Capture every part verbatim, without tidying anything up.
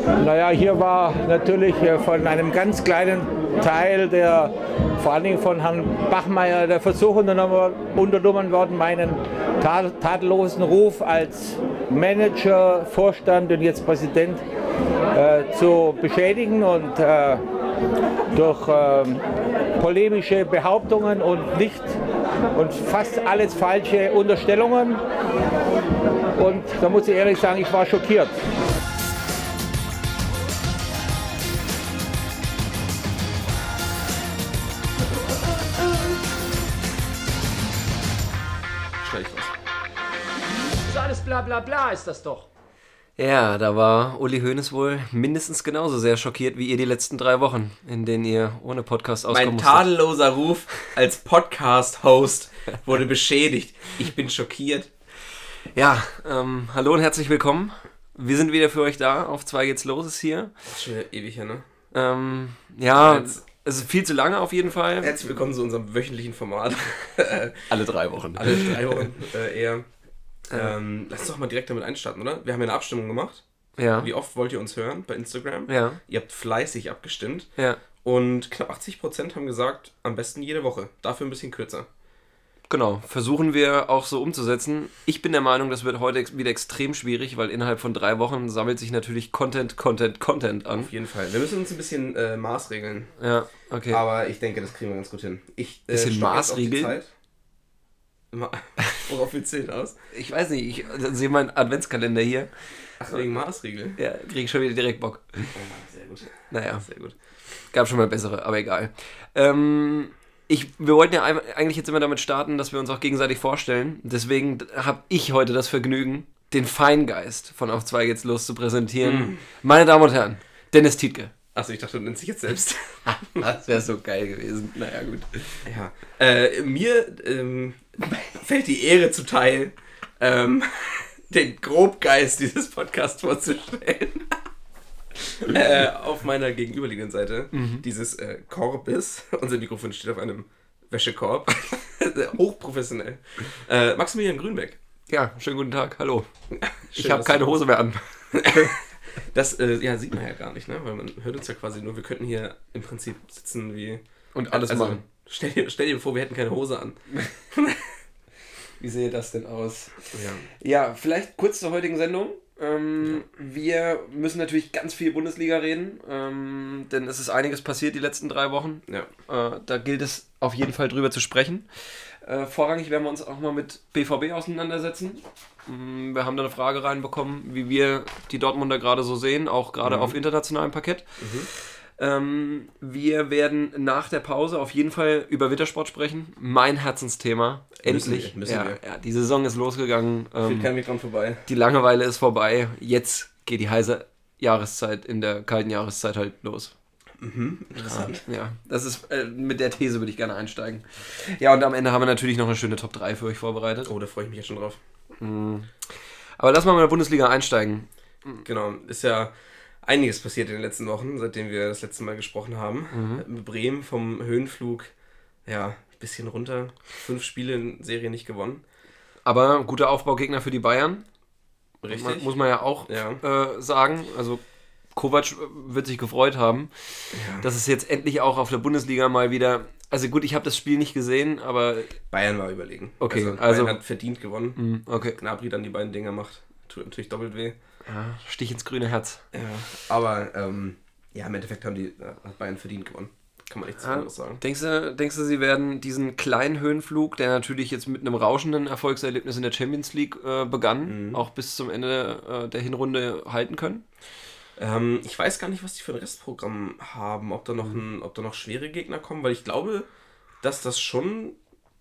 Naja, hier war natürlich von einem ganz kleinen Teil, der vor allen Dingen von Herrn Bachmeier, der Versuch unternommen worden, meinen tadellosen Ruf als Manager, Vorstand und jetzt Präsident äh, zu beschädigen und äh, durch äh, polemische Behauptungen und nicht und fast alles falsche Unterstellungen. Und da muss ich ehrlich sagen, ich war schockiert. Bla bla bla ist das doch. Ja, da war Uli Hoeneß wohl mindestens genauso sehr schockiert wie ihr die letzten drei Wochen, in denen ihr ohne Podcast auskommen musstet. Mein tadelloser Ruf als Podcast-Host wurde beschädigt. Ich bin schockiert. Ja, ähm, hallo und herzlich willkommen. Wir sind wieder für euch da. Auf zwei geht's los ist hier. Das ist schon wieder ewig her, ne? Ähm, ja, Jetzt, es ist viel zu lange auf jeden Fall. Herzlich willkommen zu unserem wöchentlichen Format. Alle drei Wochen. Alle drei Wochen äh, eher. Ähm, lass uns doch mal direkt damit einstarten, oder? Wir haben ja eine Abstimmung gemacht. Ja. Wie oft wollt ihr uns hören bei Instagram? Ja. Ihr habt fleißig abgestimmt. Ja. Und knapp achtzig Prozent haben gesagt, am besten jede Woche. Dafür ein bisschen kürzer. Genau, versuchen wir auch so umzusetzen. Ich bin der Meinung, das wird heute ex- wieder extrem schwierig, weil innerhalb von drei Wochen sammelt sich natürlich Content, Content, Content an. Auf jeden Fall. Wir müssen uns ein bisschen äh, maßregeln. Ja, okay. Aber ich denke, das kriegen wir ganz gut hin. Ich, äh, Bisschen stopp jetzt auf die Maßregeln? Zeit. Ma- Worauf wir zählen aus? Ich weiß nicht, ich sehe meinen Adventskalender hier. Ach, wegen Maßregeln? Ja, kriege ich schon wieder direkt Bock. Oh, sehr gut. Naja, Sehr gut. gab schon mal bessere, aber egal. Ähm, ich, wir wollten ja eigentlich jetzt immer damit starten, dass wir uns auch gegenseitig vorstellen. Deswegen habe ich heute das Vergnügen, den Feingeist von Auf zwei geht's los zu präsentieren. Mm. Meine Damen und Herren, Dennis Tietke. Achso, ich dachte, du nennst dich jetzt selbst. Das wäre so geil gewesen. Naja, gut. Ja. Äh, mir ähm, fällt die Ehre zuteil, ähm, den Grobgeist dieses Podcasts vorzustellen. äh, auf meiner gegenüberliegenden Seite Mhm. dieses äh, Korbes. Unser Mikrofon steht auf einem Wäschekorb. Hochprofessionell. Äh, Maximilian Grünbeck. Ja, schönen guten Tag, hallo. Schön, Ich habe dass keine du- Hose mehr an. Das äh, ja, sieht man ja gar nicht, ne? Weil man hört uns ja quasi nur. Wir könnten hier im Prinzip sitzen wie... Und alles also, machen. Stell dir, stell dir vor, wir hätten keine Hose an. Wie sehe das denn aus? Ja. Ja, vielleicht kurz zur heutigen Sendung. Ähm, wir müssen natürlich ganz viel Bundesliga reden, ähm, denn es ist einiges passiert die letzten drei Wochen. Ja. Äh, da gilt es auf jeden Fall drüber zu sprechen. Äh, vorrangig werden wir uns auch mal mit B V B auseinandersetzen. Ähm, wir haben da eine Frage reinbekommen, wie wir die Dortmunder gerade so sehen, auch gerade Mhm. auf internationalem Parkett. Mhm. Ähm, wir werden nach der Pause auf jeden Fall über Wintersport sprechen. Mein Herzensthema. Müssen Endlich. wir, müssen ja, wir. ja, die Saison ist losgegangen. Führt Ähm, kein Weg dran vorbei. die Langeweile ist vorbei. Jetzt geht die heiße Jahreszeit in der kalten Jahreszeit halt los. Mhm, interessant. Ja, das ist äh, mit der These würde ich gerne einsteigen. Ja, und am Ende haben wir natürlich noch eine schöne Top drei für euch vorbereitet. Oh, da freue ich mich jetzt schon drauf. Mhm. Aber lass mal mit der Bundesliga einsteigen. Genau, ist ja einiges passiert in den letzten Wochen, seitdem wir das letzte Mal gesprochen haben. Mhm. Bremen vom Höhenflug, ja, ein bisschen runter. Fünf Spiele in Serie nicht gewonnen. Aber guter Aufbaugegner für die Bayern. Richtig. Man, muss man ja auch Ja. äh, sagen. Also Kovac wird sich gefreut haben, Ja. dass es jetzt endlich auch auf der Bundesliga mal wieder... Also gut, ich habe das Spiel nicht gesehen, aber... Bayern war überlegen. Okay, also, also- Bayern hat verdient gewonnen. Mh, okay. Gnabry dann die beiden Dinger macht. Tut natürlich doppelt weh. Ja, Stich ins grüne Herz. Ja. Aber ähm, ja, im Endeffekt haben die äh, hat Bayern verdient gewonnen. Kann man nichts Ja. anderes sagen. Denkst du, denkst du, sie werden diesen kleinen Höhenflug, der natürlich jetzt mit einem rauschenden Erfolgserlebnis in der Champions League äh, begann, Mhm. auch bis zum Ende äh, der Hinrunde halten können? Ähm, ich weiß gar nicht, was die für ein Restprogramm haben, ob da noch ein, ob da noch schwere Gegner kommen, weil ich glaube, dass das schon,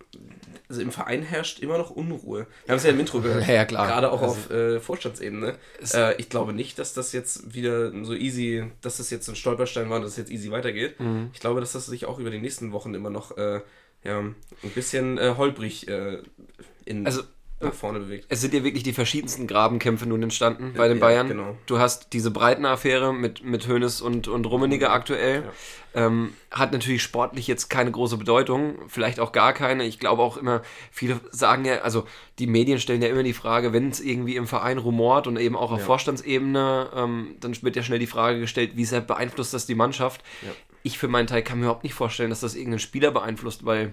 also im Verein herrscht immer noch Unruhe. Wir haben es ja im Intro gehört. Ja, ja, klar. Gerade auch Also, auf äh, Vorstandsebene. es- Äh, ich glaube nicht, dass das jetzt wieder so easy, dass das jetzt ein Stolperstein war, dass es jetzt easy weitergeht. Mhm. Ich glaube, dass das sich auch über die nächsten Wochen immer noch äh, ja, ein bisschen äh, holprig äh, in Also nach vorne bewegt. Es sind ja wirklich die verschiedensten Grabenkämpfe nun entstanden bei den Ja, Bayern. genau. Du hast diese Breitner-Affäre mit, mit Hoeneß und, und Rummenigge aktuell. Ja. Ähm, hat natürlich sportlich jetzt keine große Bedeutung, vielleicht auch gar keine. Ich glaube auch immer, viele sagen ja, also die Medien stellen ja immer die Frage, wenn es irgendwie im Verein rumort und eben auch auf ja. Vorstandsebene, ähm, dann wird ja schnell die Frage gestellt, wie sehr beeinflusst das die Mannschaft? Ja. Ich für meinen Teil kann mir überhaupt nicht vorstellen, dass das irgendeinen Spieler beeinflusst, weil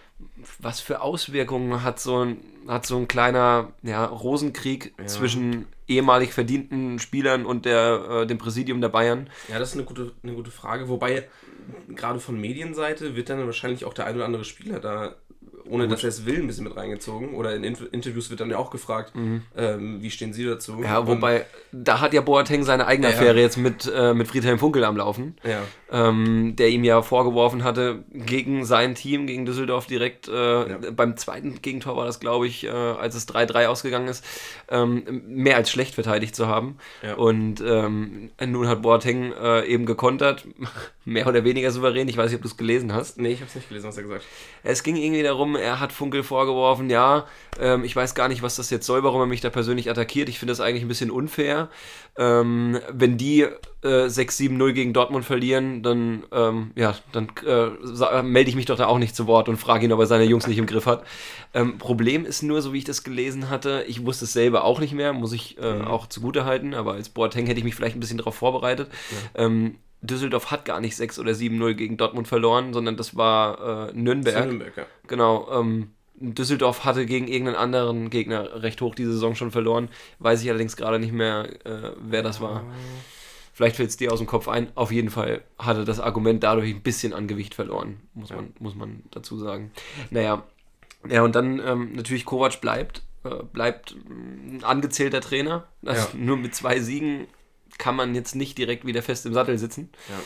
was für Auswirkungen hat so ein, hat so ein kleiner ja, Rosenkrieg ja. zwischen ehemalig verdienten Spielern und der, äh, dem Präsidium der Bayern? Ja, das ist eine gute, eine gute Frage. Wobei, gerade von Medienseite wird dann wahrscheinlich auch der ein oder andere Spieler da, ohne Gut. dass er es will, ein bisschen mit reingezogen. Oder in Inf- Interviews wird dann ja auch gefragt, mhm. ähm, wie stehen Sie dazu? Ja, wobei, und, da hat ja Boateng seine eigene ja. Affäre jetzt mit, äh, mit Friedhelm Funkel am Laufen. Ja. Ähm, der ihm ja vorgeworfen hatte, gegen sein Team, gegen Düsseldorf direkt, äh, ja. beim zweiten Gegentor war das, glaube ich, äh, als es drei drei ausgegangen ist, ähm, mehr als schlecht verteidigt zu haben. Ja. Und ähm, nun hat Boateng äh, eben gekontert, mehr oder weniger souverän. Ich weiß nicht, ob du es gelesen hast. Nee, ich habe es nicht gelesen, was er gesagt hat. Es ging irgendwie darum, er hat Funkel vorgeworfen, ja, ähm, ich weiß gar nicht, was das jetzt soll, warum er mich da persönlich attackiert. Ich finde das eigentlich ein bisschen unfair. Ähm, wenn die äh, sechs sieben null gegen Dortmund verlieren, dann, ähm, ja, dann äh, melde ich mich doch da auch nicht zu Wort und frage ihn, ob er seine Jungs nicht im Griff hat. Ähm, Problem ist nur, so wie ich das gelesen hatte, ich wusste es selber auch nicht mehr, muss ich äh, mhm. auch zugute halten, aber als Boateng hätte ich mich vielleicht ein bisschen darauf vorbereitet. Ja. Ähm, Düsseldorf hat gar nicht sechs oder sieben null gegen Dortmund verloren, sondern das war äh, Nürnberg. Nürnberg ja. Genau. Ähm, Düsseldorf hatte gegen irgendeinen anderen Gegner recht hoch diese Saison schon verloren. Weiß ich allerdings gerade nicht mehr, äh, wer das war. Vielleicht fällt es dir aus dem Kopf ein. Auf jeden Fall hatte das Argument dadurch ein bisschen an Gewicht verloren, muss man, ja. muss man dazu sagen. Naja, ja, und dann ähm, natürlich Kovac bleibt, äh, bleibt ein angezählter Trainer. Also ja. Nur mit zwei Siegen kann man jetzt nicht direkt wieder fest im Sattel sitzen.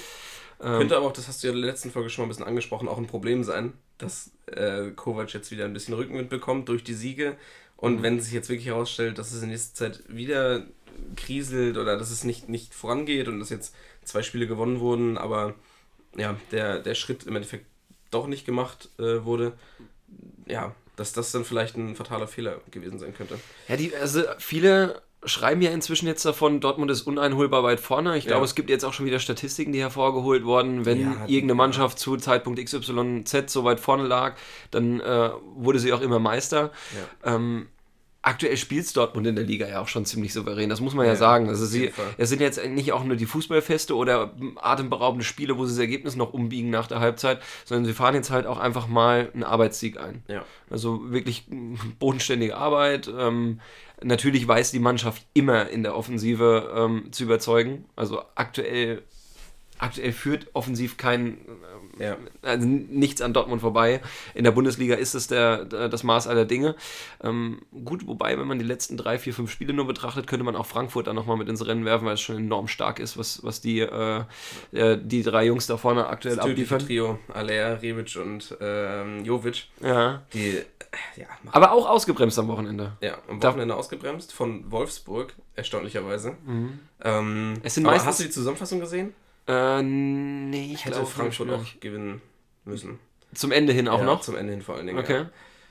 Ja. Ähm, Könnte aber auch, das hast du ja in der letzten Folge schon mal ein bisschen angesprochen, auch ein Problem sein, dass äh, Kovac jetzt wieder ein bisschen Rückenwind bekommt durch die Siege. Und mhm. wenn sich jetzt wirklich herausstellt, dass es in nächster Zeit wieder kriselt oder dass es nicht, nicht vorangeht und dass jetzt zwei Spiele gewonnen wurden, aber ja, der, der Schritt im Endeffekt doch nicht gemacht äh, wurde, ja, dass das dann vielleicht ein fataler Fehler gewesen sein könnte. Ja, die, also viele schreiben ja inzwischen jetzt davon, Dortmund ist uneinholbar weit vorne. Ich glaube, ja. es gibt jetzt auch schon wieder Statistiken, die hervorgeholt wurden. Wenn ja, irgendeine Mannschaft zu Zeitpunkt X Y Z so weit vorne lag, dann äh, wurde sie auch immer Meister. Ja. Ähm, aktuell spielt Dortmund in der Liga ja auch schon ziemlich souverän, das muss man ja, ja sagen. Also sie, es sind jetzt nicht auch nur die Fußballfeste oder atemberaubende Spiele, wo sie das Ergebnis noch umbiegen nach der Halbzeit, sondern sie fahren jetzt halt auch einfach mal einen Arbeitssieg ein. Ja. Also wirklich bodenständige Arbeit. Ähm, natürlich weiß die Mannschaft immer in der Offensive ähm, zu überzeugen. Also aktuell, aktuell führt offensiv kein, ähm, ja. also nichts an Dortmund vorbei. In der Bundesliga ist es der, der, das Maß aller Dinge. Ähm, gut, wobei, wenn man die letzten drei, vier, fünf Spiele nur betrachtet, könnte man auch Frankfurt dann nochmal mit ins Rennen werfen, weil es schon enorm stark ist, was, was die, äh, äh, die drei Jungs da vorne aktuell das abliefern. Trio, Aller, Rebic und ähm, Jovic. Ja. Die, ja, aber auch ausgebremst am Wochenende. Ja, am Wochenende da, ausgebremst von Wolfsburg, erstaunlicherweise. Mhm. Ähm, es sind aber meistens, hast du die Zusammenfassung gesehen? Äh, nee, ich hätte glaube Frankfurt auch gewinnen müssen. Zum Ende hin auch ja, noch? Zum Ende hin vor allen Dingen. Okay.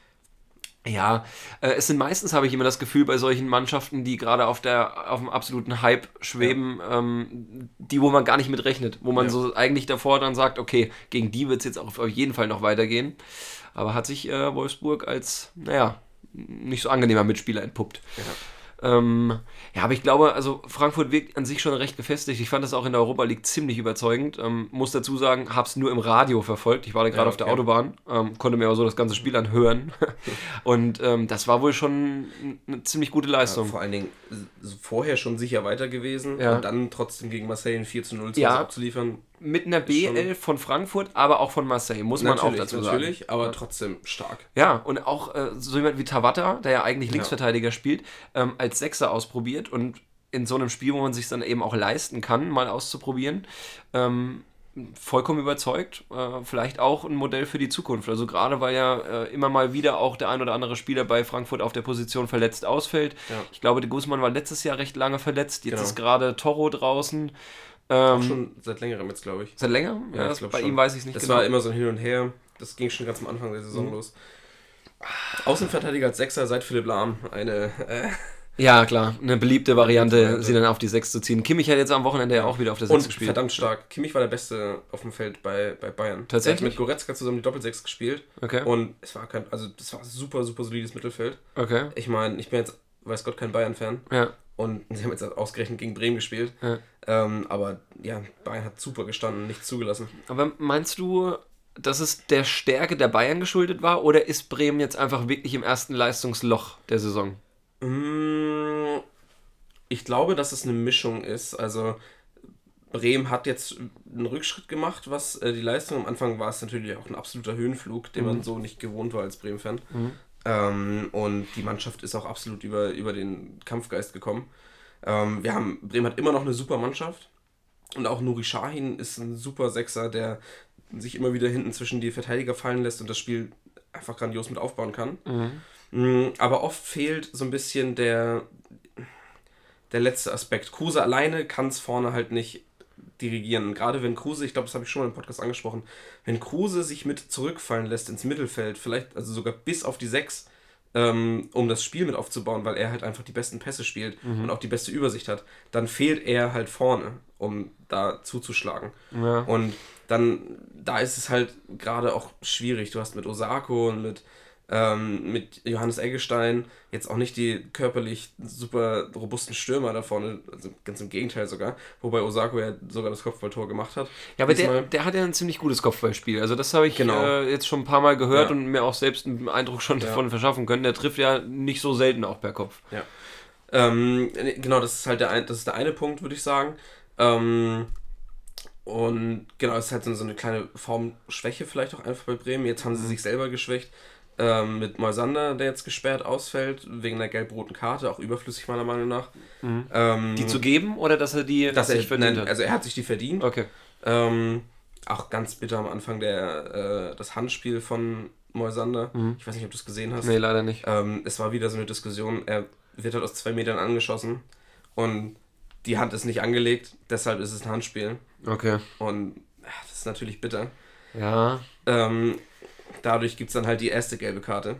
Ja, ja äh, es sind meistens, habe ich immer das Gefühl, bei solchen Mannschaften, die gerade auf der auf dem absoluten Hype schweben, ja. ähm, die, wo man gar nicht mit rechnet, wo man ja. so eigentlich davor dann sagt, okay, gegen die wird es jetzt auch auf jeden Fall noch weitergehen. Aber hat sich äh, Wolfsburg als, naja, nicht so angenehmer Mitspieler entpuppt. Ja. Ähm, ja, aber ich glaube, also Frankfurt wirkt an sich schon recht gefestigt. Ich fand das auch in der Europa League ziemlich überzeugend. Ähm, muss dazu sagen, habe es nur im Radio verfolgt. Ich war da gerade ja, okay. auf der Autobahn, ähm, konnte mir aber so das ganze Spiel anhören. Und ähm, das war wohl schon eine ziemlich gute Leistung. Ja, vor allen Dingen vorher schon sicher weiter gewesen ja. und dann trotzdem gegen Marseille ein vier zu null zu ja. abzuliefern. Mit einer B elf von Frankfurt, aber auch von Marseille, muss man natürlich, auch dazu sagen. Natürlich, aber trotzdem stark. Ja, und auch äh, so jemand wie Tabata, der ja eigentlich Linksverteidiger ja. spielt, ähm, als Sechser ausprobiert und in so einem Spiel, wo man sich dann eben auch leisten kann, mal auszuprobieren, ähm, vollkommen überzeugt. Äh, vielleicht auch ein Modell für die Zukunft. Also gerade, weil ja äh, immer mal wieder auch der ein oder andere Spieler bei Frankfurt auf der Position verletzt ausfällt. Ja. Ich glaube, de Guzman war letztes Jahr recht lange verletzt. Jetzt genau. ist gerade Toro draußen. Ähm, schon seit längerem jetzt, glaube ich. Seit längerem? Ja, ja das, ich bei schon. ihm weiß ich es nicht das genau. Das war immer so ein Hin und Her. Das ging schon ganz am Anfang der Saison mhm. los. Außenverteidiger als Sechser seit Philipp Lahm. Eine... Äh, Ja, klar. Eine beliebte Variante, Variante. sie dann auf die sechs zu ziehen. Kimmich hat jetzt am Wochenende ja auch wieder auf der sechs und gespielt. verdammt stark. Kimmich war der Beste auf dem Feld bei, bei Bayern. Tatsächlich? Er hat mit Goretzka zusammen die Doppelsechs gespielt. Okay. Und es war kein, also das war super, super solides Mittelfeld. Okay. Ich meine, ich bin jetzt, weiß Gott, kein Bayern-Fan. Ja. Und sie haben jetzt ausgerechnet gegen Bremen gespielt. Ja. Ähm, aber ja, Bayern hat super gestanden, nichts zugelassen. Aber meinst du, dass es der Stärke der Bayern geschuldet war oder ist Bremen jetzt einfach wirklich im ersten Leistungsloch der Saison? Mm, Ich glaube, dass es eine Mischung ist. Also Bremen hat jetzt einen Rückschritt gemacht, was äh, die Leistung. Am Anfang war es natürlich auch ein absoluter Höhenflug, den mhm. man so nicht gewohnt war als Bremen-Fan. Mhm. Ähm, und die Mannschaft ist auch absolut über, über den Kampfgeist gekommen. Ähm, wir haben, Bremen hat immer noch eine super Mannschaft. Und auch Nuri Sahin ist ein super Sechser, der sich immer wieder hinten zwischen die Verteidiger fallen lässt und das Spiel einfach grandios mit aufbauen kann. Mhm. Aber oft fehlt so ein bisschen der, der letzte Aspekt. Kruse alleine kann es vorne halt nicht dirigieren. Gerade wenn Kruse, ich glaube, das habe ich schon mal im Podcast angesprochen, wenn Kruse sich mit zurückfallen lässt ins Mittelfeld, vielleicht also sogar bis auf die sechs, ähm, um das Spiel mit aufzubauen, weil er halt einfach die besten Pässe spielt mhm. und auch die beste Übersicht hat, dann fehlt er halt vorne, um da zuzuschlagen. Ja. Und dann, da ist es halt gerade auch schwierig. Du hast mit Osako und mit Ähm, mit Johannes Eggestein jetzt auch nicht die körperlich super robusten Stürmer da vorne, also ganz im Gegenteil sogar, wobei Osako ja sogar das Kopfballtor gemacht hat. Ja, aber der, der hat ja ein ziemlich gutes Kopfballspiel, also das habe ich genau. äh, jetzt schon ein paar Mal gehört ja. und mir auch selbst einen Eindruck schon ja. davon verschaffen können. Der trifft ja nicht so selten auch per Kopf. Ja, ähm, genau, das ist halt der, ein, das ist der eine Punkt, würde ich sagen. Ähm, und genau, es ist halt so eine kleine Formschwäche vielleicht auch einfach bei Bremen. Jetzt haben sie sich selber geschwächt. Ähm, mit Moisander, der jetzt gesperrt ausfällt, wegen der gelb-roten Karte, auch überflüssig meiner Meinung nach. Mhm. Ähm, die zu geben oder dass er die dass er, sich verdient nein, hat? Also er hat sich die verdient. Okay. Ähm, auch ganz bitter am Anfang der äh, das Handspiel von Moisander. Mhm. Ich weiß nicht, ob du es gesehen hast. Nee, leider nicht. Ähm, es war wieder so eine Diskussion, er wird halt aus zwei Metern angeschossen und die Hand ist nicht angelegt, deshalb ist es ein Handspiel. Okay. Und ach, das ist natürlich bitter. Ja. Ähm, Dadurch gibt es dann halt die erste gelbe Karte.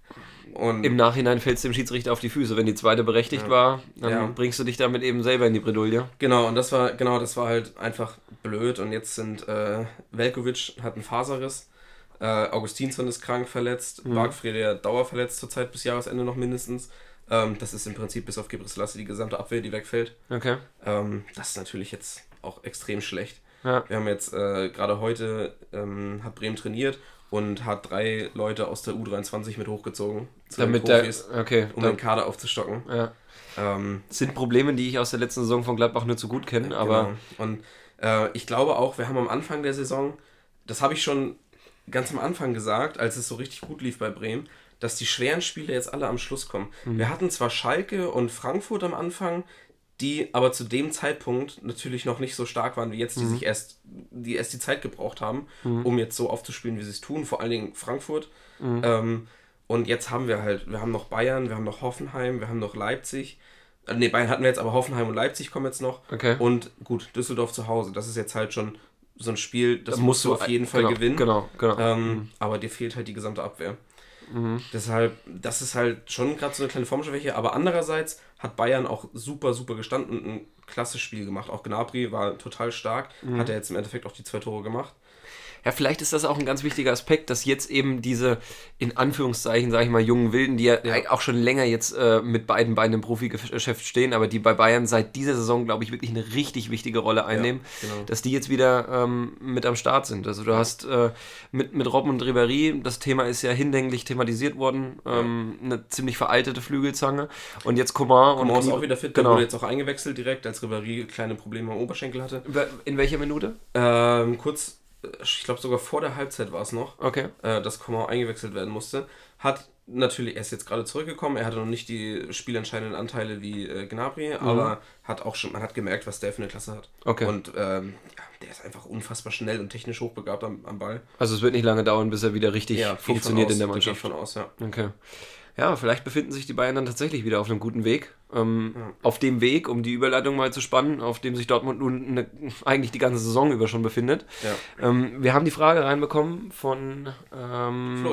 Und im Nachhinein fällt es dem Schiedsrichter auf die Füße. Wenn die zweite berechtigt ja. war, dann ja. bringst du dich damit eben selber in die Bredouille. Genau, und das war genau, das war halt einfach blöd. Und jetzt sind äh, Veljković hat einen Faserriss, äh, Augustinsson ist krank verletzt, mhm. Bargfrede dauerverletzt zurzeit bis Jahresende noch mindestens. Ähm, das ist im Prinzip bis auf Gebre Selassie die gesamte Abwehr, die wegfällt. Okay. Ähm, das ist natürlich jetzt auch extrem schlecht. Ja. Wir haben jetzt äh, gerade heute ähm, hat Bremen trainiert und hat drei Leute aus der U dreiundzwanzig mit hochgezogen, zu Damit den Profis, der, okay, um den Kader aufzustocken. Ja. Ähm, das sind Probleme, die ich aus der letzten Saison von Gladbach nur zu gut kenne, aber... Genau. Und äh, ich glaube auch, wir haben am Anfang der Saison, das habe ich schon ganz am Anfang gesagt, als es so richtig gut lief bei Bremen, dass die schweren Spiele jetzt alle am Schluss kommen. Mhm. Wir hatten zwar Schalke und Frankfurt am Anfang, die aber zu dem Zeitpunkt natürlich noch nicht so stark waren wie jetzt, die mhm. sich erst, die erst die Zeit gebraucht haben, mhm. um jetzt so aufzuspielen, wie sie es tun, vor allen Dingen Frankfurt. Mhm. Ähm, und jetzt haben wir halt, wir haben noch Bayern, wir haben noch Hoffenheim, wir haben noch Leipzig. Äh, ne, Bayern hatten wir jetzt, aber Hoffenheim und Leipzig kommen jetzt noch. Okay. Und gut, Düsseldorf zu Hause. Das ist jetzt halt schon so ein Spiel, das da musst du auf jeden Fall genau, gewinnen. Genau, genau. Ähm, mhm. Aber dir fehlt halt die gesamte Abwehr. Mhm. Deshalb, das ist halt schon gerade so eine kleine Formschwäche, aber andererseits hat Bayern auch super, super gestanden und ein klasse Spiel gemacht. Auch Gnabry war total stark, mhm. hat er jetzt im Endeffekt auch die zwei Tore gemacht. Ja, vielleicht ist das auch ein ganz wichtiger Aspekt, dass jetzt eben diese, in Anführungszeichen, sage ich mal, jungen Wilden, die ja, ja. auch schon länger jetzt äh, mit beiden Beinen im Profigeschäft stehen, aber die bei Bayern seit dieser Saison, glaube ich, wirklich eine richtig wichtige Rolle einnehmen, ja, genau. dass die jetzt wieder ähm, mit am Start sind. Also du hast äh, mit, mit Robben und Ribéry, das Thema ist ja hinlänglich thematisiert worden, ähm, ja. eine ziemlich veraltete Flügelzange und jetzt Coman. Coman und ist auch wieder fit, genau. der wurde jetzt auch eingewechselt direkt, als Ribéry kleine Probleme am Oberschenkel hatte. In welcher Minute? Ähm, kurz... Ich glaube sogar vor der Halbzeit war es noch, okay. äh, dass Coman eingewechselt werden musste. Hat natürlich, er ist jetzt gerade zurückgekommen, er hatte noch nicht die spielentscheidenden Anteile wie äh, Gnabry, mhm. aber hat auch schon, man hat gemerkt, was der für eine Klasse hat. Okay. Und ähm, ja, der ist einfach unfassbar schnell und technisch hochbegabt am, am Ball. Also es wird nicht lange dauern, bis er wieder richtig ja, funktioniert aus, in der Mannschaft. Da gehe ich von aus, ja. Okay. Ja, vielleicht befinden sich die Bayern dann tatsächlich wieder auf einem guten Weg. Ähm, ja. Auf dem Weg, um die Überleitung mal zu spannen, auf dem sich Dortmund nun eine, eigentlich die ganze Saison über schon befindet. Ja. Ähm, wir haben die Frage reinbekommen von ähm, Florian.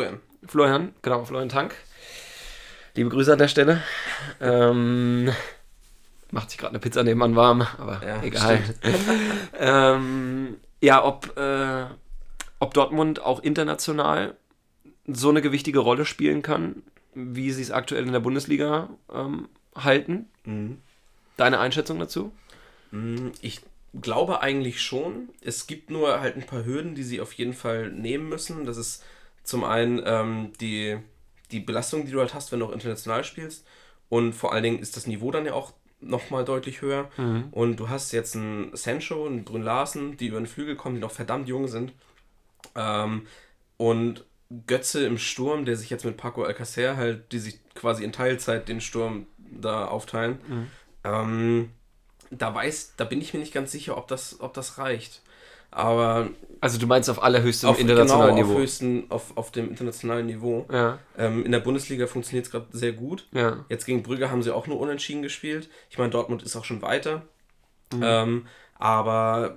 Florian, genau, Florian Tank. Liebe Grüße an der Stelle. Ähm, macht sich gerade eine Pizza nebenan warm, aber Ja, egal. ähm, ja, ob, äh, ob Dortmund auch international so eine gewichtige Rolle spielen kann, wie sie es aktuell in der Bundesliga ähm, halten. Mhm. Deine Einschätzung dazu? Ich glaube eigentlich schon. Es gibt nur halt ein paar Hürden, die sie auf jeden Fall nehmen müssen. Das ist zum einen ähm, die, die Belastung, die du halt hast, wenn du auch international spielst. Und vor allen Dingen ist das Niveau dann ja auch nochmal deutlich höher. Mhm. Und du hast jetzt einen Sancho, einen Brünn Larsen, die über den Flügel kommen, die noch verdammt jung sind. Ähm, und Götze im Sturm, der sich jetzt mit Paco Alcácer halt, die sich quasi in Teilzeit den Sturm da aufteilen. Mhm. Ähm, da weiß, da bin ich mir nicht ganz sicher, ob das, ob das reicht. Aber Also du meinst auf allerhöchstem auf, internationalen genau, Niveau? Auf, höchsten, auf, auf dem internationalen Niveau. Ja, Ähm, in der Bundesliga funktioniert es gerade sehr gut. ja. Jetzt gegen Brügge haben sie auch nur unentschieden gespielt. Ich meine, Dortmund ist auch schon weiter. Mhm. Ähm, aber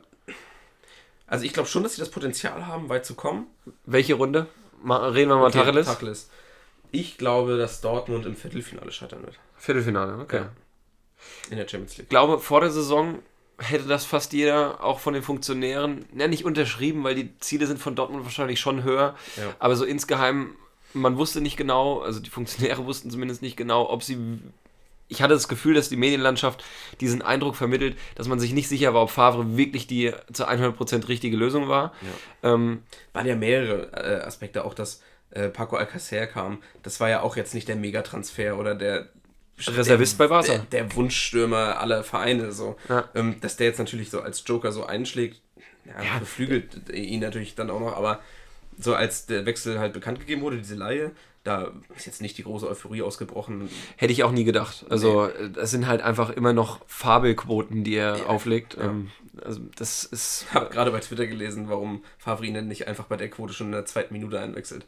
also ich glaube schon, dass sie das Potenzial haben, weit zu kommen. Welche Runde? Ma- reden wir mal Okay, Tacheles? Tacheles. Ich glaube, dass Dortmund im Viertelfinale scheitern wird. Viertelfinale, okay. Ja. In der Champions League. Ich glaube, vor der Saison hätte das fast jeder, auch von den Funktionären, ja, nicht unterschrieben, weil die Ziele sind von Dortmund wahrscheinlich schon höher. Ja. Aber so insgeheim, man wusste nicht genau, also die Funktionäre wussten zumindest nicht genau, ob sie... Ich hatte das Gefühl, dass die Medienlandschaft diesen Eindruck vermittelt, dass man sich nicht sicher war, ob Favre wirklich die zu hundert Prozent richtige Lösung war. Ja. Ähm, Waren ja mehrere äh, Aspekte, auch dass äh, Paco Alcácer kam. Das war ja auch jetzt nicht der Megatransfer oder der Reservist der, bei Barca. Der, der Wunschstürmer aller Vereine. So. Ja. Ähm, dass der jetzt natürlich so als Joker so einschlägt, ja, Ja. beflügelt ihn natürlich dann auch noch, aber so als der Wechsel halt bekannt gegeben wurde, diese Leihe, da ist jetzt nicht die große Euphorie ausgebrochen. Hätte ich auch nie gedacht. Also das sind halt einfach immer noch Fabelquoten, die er Ja, auflegt. ja. Ähm, also das ist... Ich habe gerade bei Twitter gelesen, warum Favre ihn denn nicht einfach bei der Quote schon in der zweiten Minute einwechselt.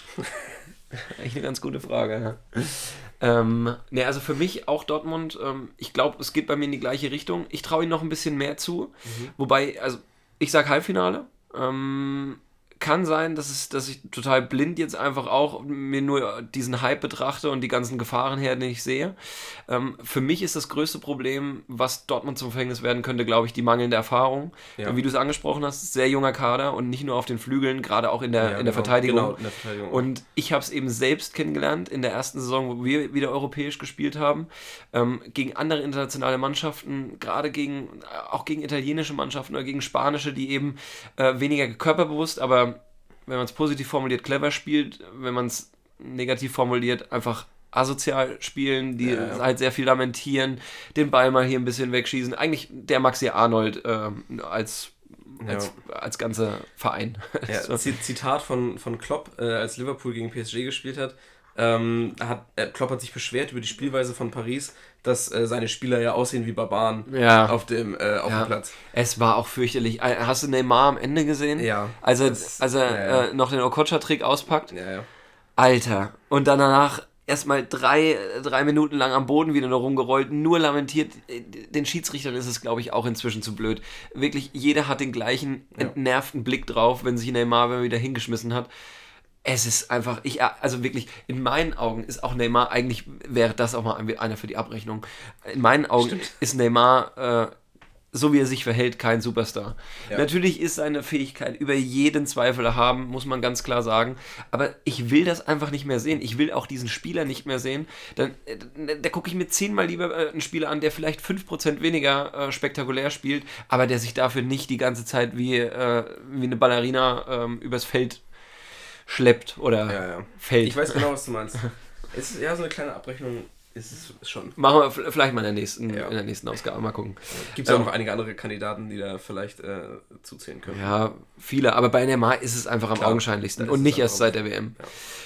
Echt eine ganz gute Frage, ja. ähm, ne, also für mich auch Dortmund, ähm, ich glaube, es geht bei mir in die gleiche Richtung. Ich traue ihnen noch ein bisschen mehr zu. Mhm. Wobei, also ich sag Halbfinale. Ähm, kann sein, dass, es, dass ich total blind jetzt einfach auch mir nur diesen Hype betrachte und die ganzen Gefahrenherden nicht sehe. Ähm, für mich ist das größte Problem, was Dortmund zum Verhängnis werden könnte, glaube ich, die mangelnde Erfahrung. Ja. Wie du es angesprochen hast, sehr junger Kader und nicht nur auf den Flügeln, gerade auch in der, Ja, in der genau, Verteidigung. Genau, in der Verteidigung. Und ich habe es eben selbst kennengelernt in der ersten Saison, wo wir wieder europäisch gespielt haben, ähm, gegen andere internationale Mannschaften, gerade gegen, auch gegen italienische Mannschaften oder gegen spanische, die eben äh, weniger körperbewusst, aber wenn man es positiv formuliert, clever spielt, wenn man es negativ formuliert, einfach asozial spielen, die Ja, ja. halt sehr viel lamentieren, den Ball mal hier ein bisschen wegschießen. Eigentlich der Maxi Arnold ähm, als, als, als ganzer Verein. Ja, So. Z- Zitat von, von Klopp, äh, als Liverpool gegen P S G gespielt hat. Ähm, hat äh, Klopp hat sich beschwert über die Spielweise von Paris, dass äh, seine Spieler ja aussehen wie Barbaren Ja. auf dem, äh, auf Ja. dem Platz. Es war auch fürchterlich. Äh, Hast du Neymar am Ende gesehen? Ja. Als er, Das- als er ja, ja. Äh, noch den Okocha-Trick auspackt? Ja, ja. Alter. Und dann danach erstmal drei, drei Minuten lang am Boden wieder nur rumgerollt, nur lamentiert. Den Schiedsrichtern ist es, glaube ich, auch inzwischen zu blöd. Wirklich, jeder hat den gleichen Ja. entnervten Blick drauf, wenn sich Neymar wieder hingeschmissen hat. Es ist einfach, ich, also wirklich, in meinen Augen ist auch Neymar, eigentlich wäre das auch mal einer für die Abrechnung. In meinen Augen Stimmt. ist Neymar, äh, so wie er sich verhält, kein Superstar. Ja. Natürlich ist seine Fähigkeit über jeden Zweifel erhaben, muss man ganz klar sagen. Aber ich will das einfach nicht mehr sehen. Ich will auch diesen Spieler nicht mehr sehen. Dann, äh, da gucke ich mir zehnmal lieber äh, einen Spieler an, der vielleicht fünf Prozent weniger äh, spektakulär spielt, aber der sich dafür nicht die ganze Zeit wie, äh, wie eine Ballerina äh, übers Feld schleppt oder Ja, ja. fällt. Ich weiß genau, was du meinst. Es ist ja so eine kleine Abrechnung, ist es schon. Machen wir f- vielleicht mal in der nächsten, Ja. in der nächsten Ausgabe, mal gucken. Gibt es ja Ähm, auch noch einige andere Kandidaten, die da vielleicht äh, zuzählen können. Ja, viele, aber bei Neymar ist es einfach am Klar, augenscheinlichsten da ist und es nicht einfach erst seit der am- W M. Ja.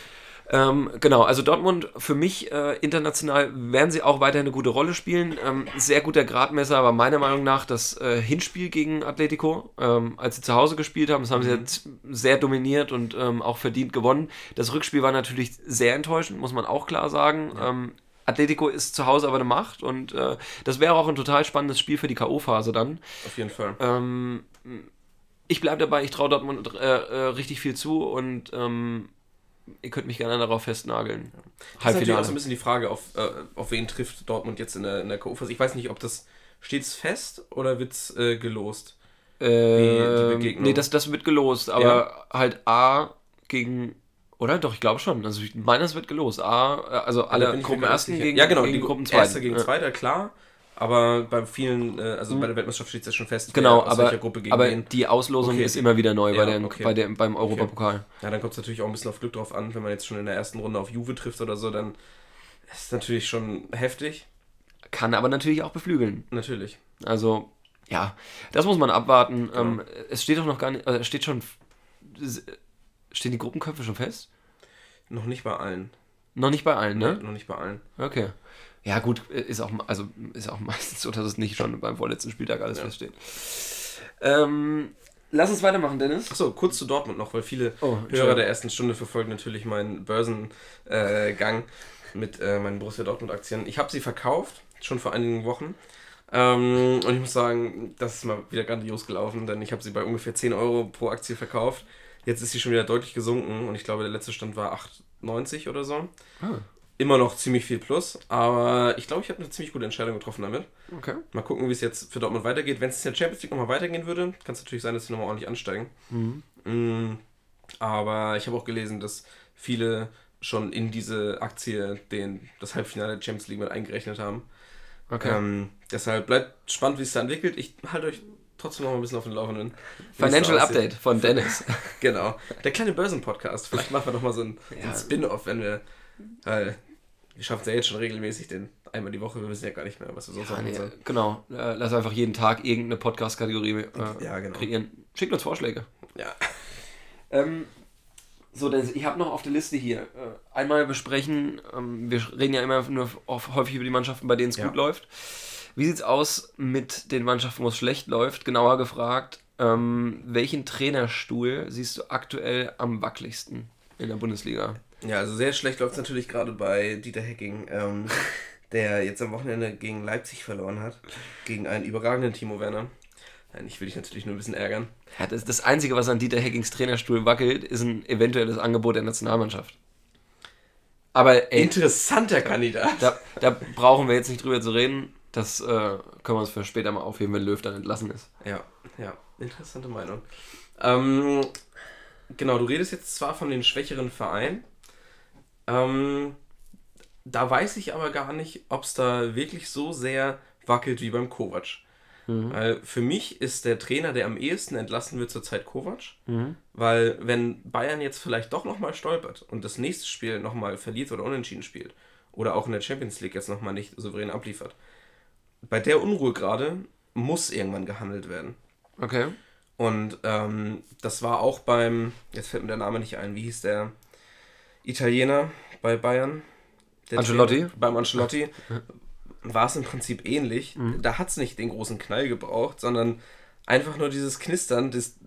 Ähm, genau, also Dortmund für mich äh, international werden sie auch weiter eine gute Rolle spielen. Ähm, sehr guter Gradmesser war meiner Meinung nach das äh, Hinspiel gegen Atletico, ähm, als sie zu Hause gespielt haben. Das haben sie jetzt sehr dominiert und ähm, auch verdient gewonnen. Das Rückspiel war natürlich sehr enttäuschend, muss man auch klar sagen. Ähm, Atletico ist zu Hause aber eine Macht und äh, das wäre auch ein total spannendes Spiel für die K O-Phase dann. Auf jeden Fall. Ähm, ich bleibe dabei, ich traue Dortmund äh, äh, richtig viel zu und ähm, ihr könnt mich gerne darauf festnageln. Das ist natürlich Halbfinale. auch so ein bisschen die Frage, auf, äh, auf wen trifft Dortmund jetzt in der, in der K O-Phase. Ich weiß nicht, ob das steht's fest oder wird's äh, gelost? Äh, die Begegnung. nee, das, das wird gelost, aber Ja. halt A gegen, oder? Doch, ich glaube schon. Also ich meine, es wird gelost. A, äh, also Da alle bin ich mir Gruppen gar nicht ersten sicher. gegen, ja, genau, gegen die Gruppen Gruppen Erster zweiten. gegen Ja. Zweiter, klar. Aber bei vielen, äh, also bei der Weltmeisterschaft steht es ja schon fest, Genau, wer aus aber, welcher Gruppe gegen aber wen. die Auslosung Okay. ist immer wieder neu Ja, bei, den, okay. bei der, beim Europapokal. Ja, dann kommt es natürlich auch ein bisschen auf Glück drauf an, wenn man jetzt schon in der ersten Runde auf Juve trifft oder so, dann ist es natürlich schon heftig. Kann aber natürlich auch beflügeln. Natürlich. Also, ja, das muss man abwarten. Genau. Ähm, es steht doch noch gar nicht, äh, steht schon, stehen die Gruppenköpfe schon fest? Noch nicht bei allen. Noch nicht bei allen, ne? Nee, noch nicht bei allen. Okay. Ja, gut, ist auch, also, ist auch meistens so, dass es nicht schon beim vorletzten Spieltag alles Ja. feststeht. Ähm, lass uns weitermachen, Dennis. Achso, kurz zu Dortmund noch, weil viele Oh, Hörer Entschuldigung. der ersten Stunde verfolgen natürlich meinen Börsengang äh, Gang mit äh, meinen Borussia Dortmund-Aktien. Ich habe sie verkauft, schon vor einigen Wochen. Ähm, und ich muss sagen, das ist mal wieder grandios gelaufen, denn ich habe sie bei ungefähr zehn Euro pro Aktie verkauft. Jetzt ist sie schon wieder deutlich gesunken und ich glaube, der letzte Stand war acht neunzig oder so. Ah, Immer noch ziemlich viel Plus, aber ich glaube, ich habe eine ziemlich gute Entscheidung getroffen damit. okay. Mal gucken, wie es jetzt für Dortmund weitergeht. Wenn es in der Champions League nochmal weitergehen würde, kann es natürlich sein, dass sie nochmal ordentlich ansteigen. Mhm. Mm, aber ich habe auch gelesen, dass viele schon in diese Aktie den, das Halbfinale der Champions League mit eingerechnet haben. Okay. Ähm, deshalb bleibt spannend, wie es da entwickelt. Ich halte euch trotzdem noch mal ein bisschen auf den Laufenden. wie es Financial da aussieht. Update von Dennis. Genau. Der kleine Börsenpodcast. Vielleicht machen wir nochmal so ein, so Ja. ein Spin-off, wenn wir. Weil wir schaffen es ja jetzt schon regelmäßig, den einmal die Woche. Wir wissen ja gar nicht mehr, was wir sonst Ah, machen nee, sollen. genau. Äh, Lass einfach jeden Tag irgendeine Podcast-Kategorie äh, Ja, genau. kreieren. Schickt uns Vorschläge. Ja. Ähm, so, Dennis, ich habe noch auf der Liste hier äh, einmal besprechen, ähm, wir reden ja immer nur auf, häufig über die Mannschaften, bei denen es Ja. gut läuft. Wie sieht's aus mit den Mannschaften, wo es schlecht läuft? Genauer gefragt, ähm, welchen Trainerstuhl siehst du aktuell am wackeligsten in der Bundesliga? Ja, also sehr schlecht läuft es natürlich gerade bei Dieter Hecking, ähm, der jetzt am Wochenende gegen Leipzig verloren hat. Gegen einen überragenden Timo Werner. Nein, ich will dich natürlich nur ein bisschen ärgern. Ja, das, das Einzige, was an Dieter Heckings Trainerstuhl wackelt, ist ein eventuelles Angebot der Nationalmannschaft. Aber ey, Interessanter Kandidat. da, da brauchen wir jetzt nicht drüber zu reden. Das äh, können wir uns für später mal aufheben, wenn Löw dann entlassen ist. Ja, ja, interessante Meinung. Ähm, genau, du redest jetzt zwar von den schwächeren Vereinen. Ähm, da weiß ich aber gar nicht, ob es da wirklich so sehr wackelt wie beim Kovac. Mhm. Weil für mich ist der Trainer, der am ehesten entlassen wird, zurzeit Kovac. Mhm. Weil wenn Bayern jetzt vielleicht doch nochmal stolpert und das nächste Spiel nochmal verliert oder unentschieden spielt oder auch in der Champions League jetzt nochmal nicht souverän abliefert, bei der Unruhe gerade muss irgendwann gehandelt werden. Okay. Und ähm, das war auch beim, jetzt fällt mir der Name nicht ein, wie hieß der Italiener bei Bayern? Der Ancelotti? Trainer, beim Ancelotti war es im Prinzip ähnlich. Mhm. Da hat es nicht den großen Knall gebraucht, sondern einfach nur dieses Knistern, das,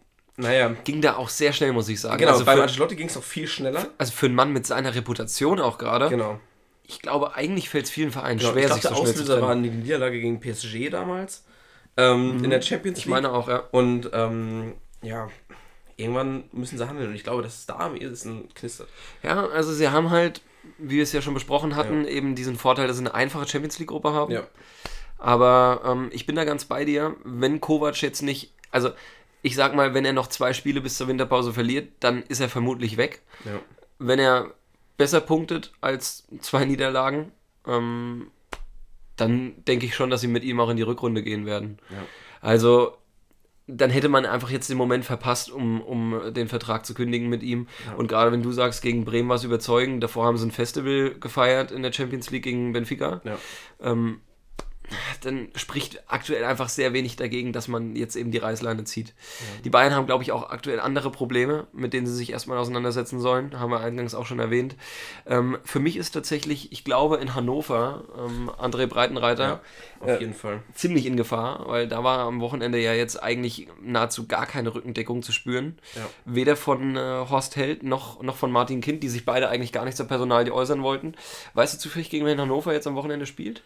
naja, Ging da auch sehr schnell, muss ich sagen. genau, also, beim für, Ancelotti ging es auch viel schneller. also für einen Mann mit seiner Reputation auch gerade. Genau. Ich glaube, eigentlich fällt es vielen Vereinen genau. schwer, Ich glaube, sich der so schnell zu Auslöser war trennen. die Niederlage gegen P S G damals ähm, Mhm. in der Champions Ich League. meine auch, ja. Und ähm, ja, irgendwann müssen sie handeln. Und ich glaube, dass es da am ehesten knistert. Ja, also sie haben halt, wie wir es ja schon besprochen hatten, Ja. eben diesen Vorteil, dass sie eine einfache Champions League-Gruppe haben. Ja. Aber ähm, ich bin da ganz bei dir. Wenn Kovac jetzt nicht, also ich sag mal, wenn er noch zwei Spiele bis zur Winterpause verliert, dann ist er vermutlich weg. Ja. Wenn er besser punktet als zwei Niederlagen, ähm, dann denke ich schon, dass sie mit ihm auch in die Rückrunde gehen werden. Ja. Also dann hätte man einfach jetzt den Moment verpasst, um, um den Vertrag zu kündigen mit ihm. Ja. Und gerade wenn du sagst, gegen Bremen war es überzeugend, davor haben sie ein Festival gefeiert in der Champions League gegen Benfica. Ja. Ähm, dann spricht aktuell einfach sehr wenig dagegen, dass man jetzt eben die Reißleine zieht. Ja. Die Bayern haben, glaube ich, auch aktuell andere Probleme, mit denen sie sich erstmal auseinandersetzen sollen. Haben wir eingangs auch schon erwähnt. Ähm, für mich ist tatsächlich, ich glaube, in Hannover ähm, André Breitenreiter Ja, auf äh, jeden Fall. ziemlich in Gefahr, weil da war am Wochenende ja jetzt eigentlich nahezu gar keine Rückendeckung zu spüren. Ja. Weder von äh, Horst Held noch, noch von Martin Kind, die sich beide eigentlich gar nicht zur Personalie äußern wollten. Weißt du zufällig, gegen wen Hannover jetzt am Wochenende spielt?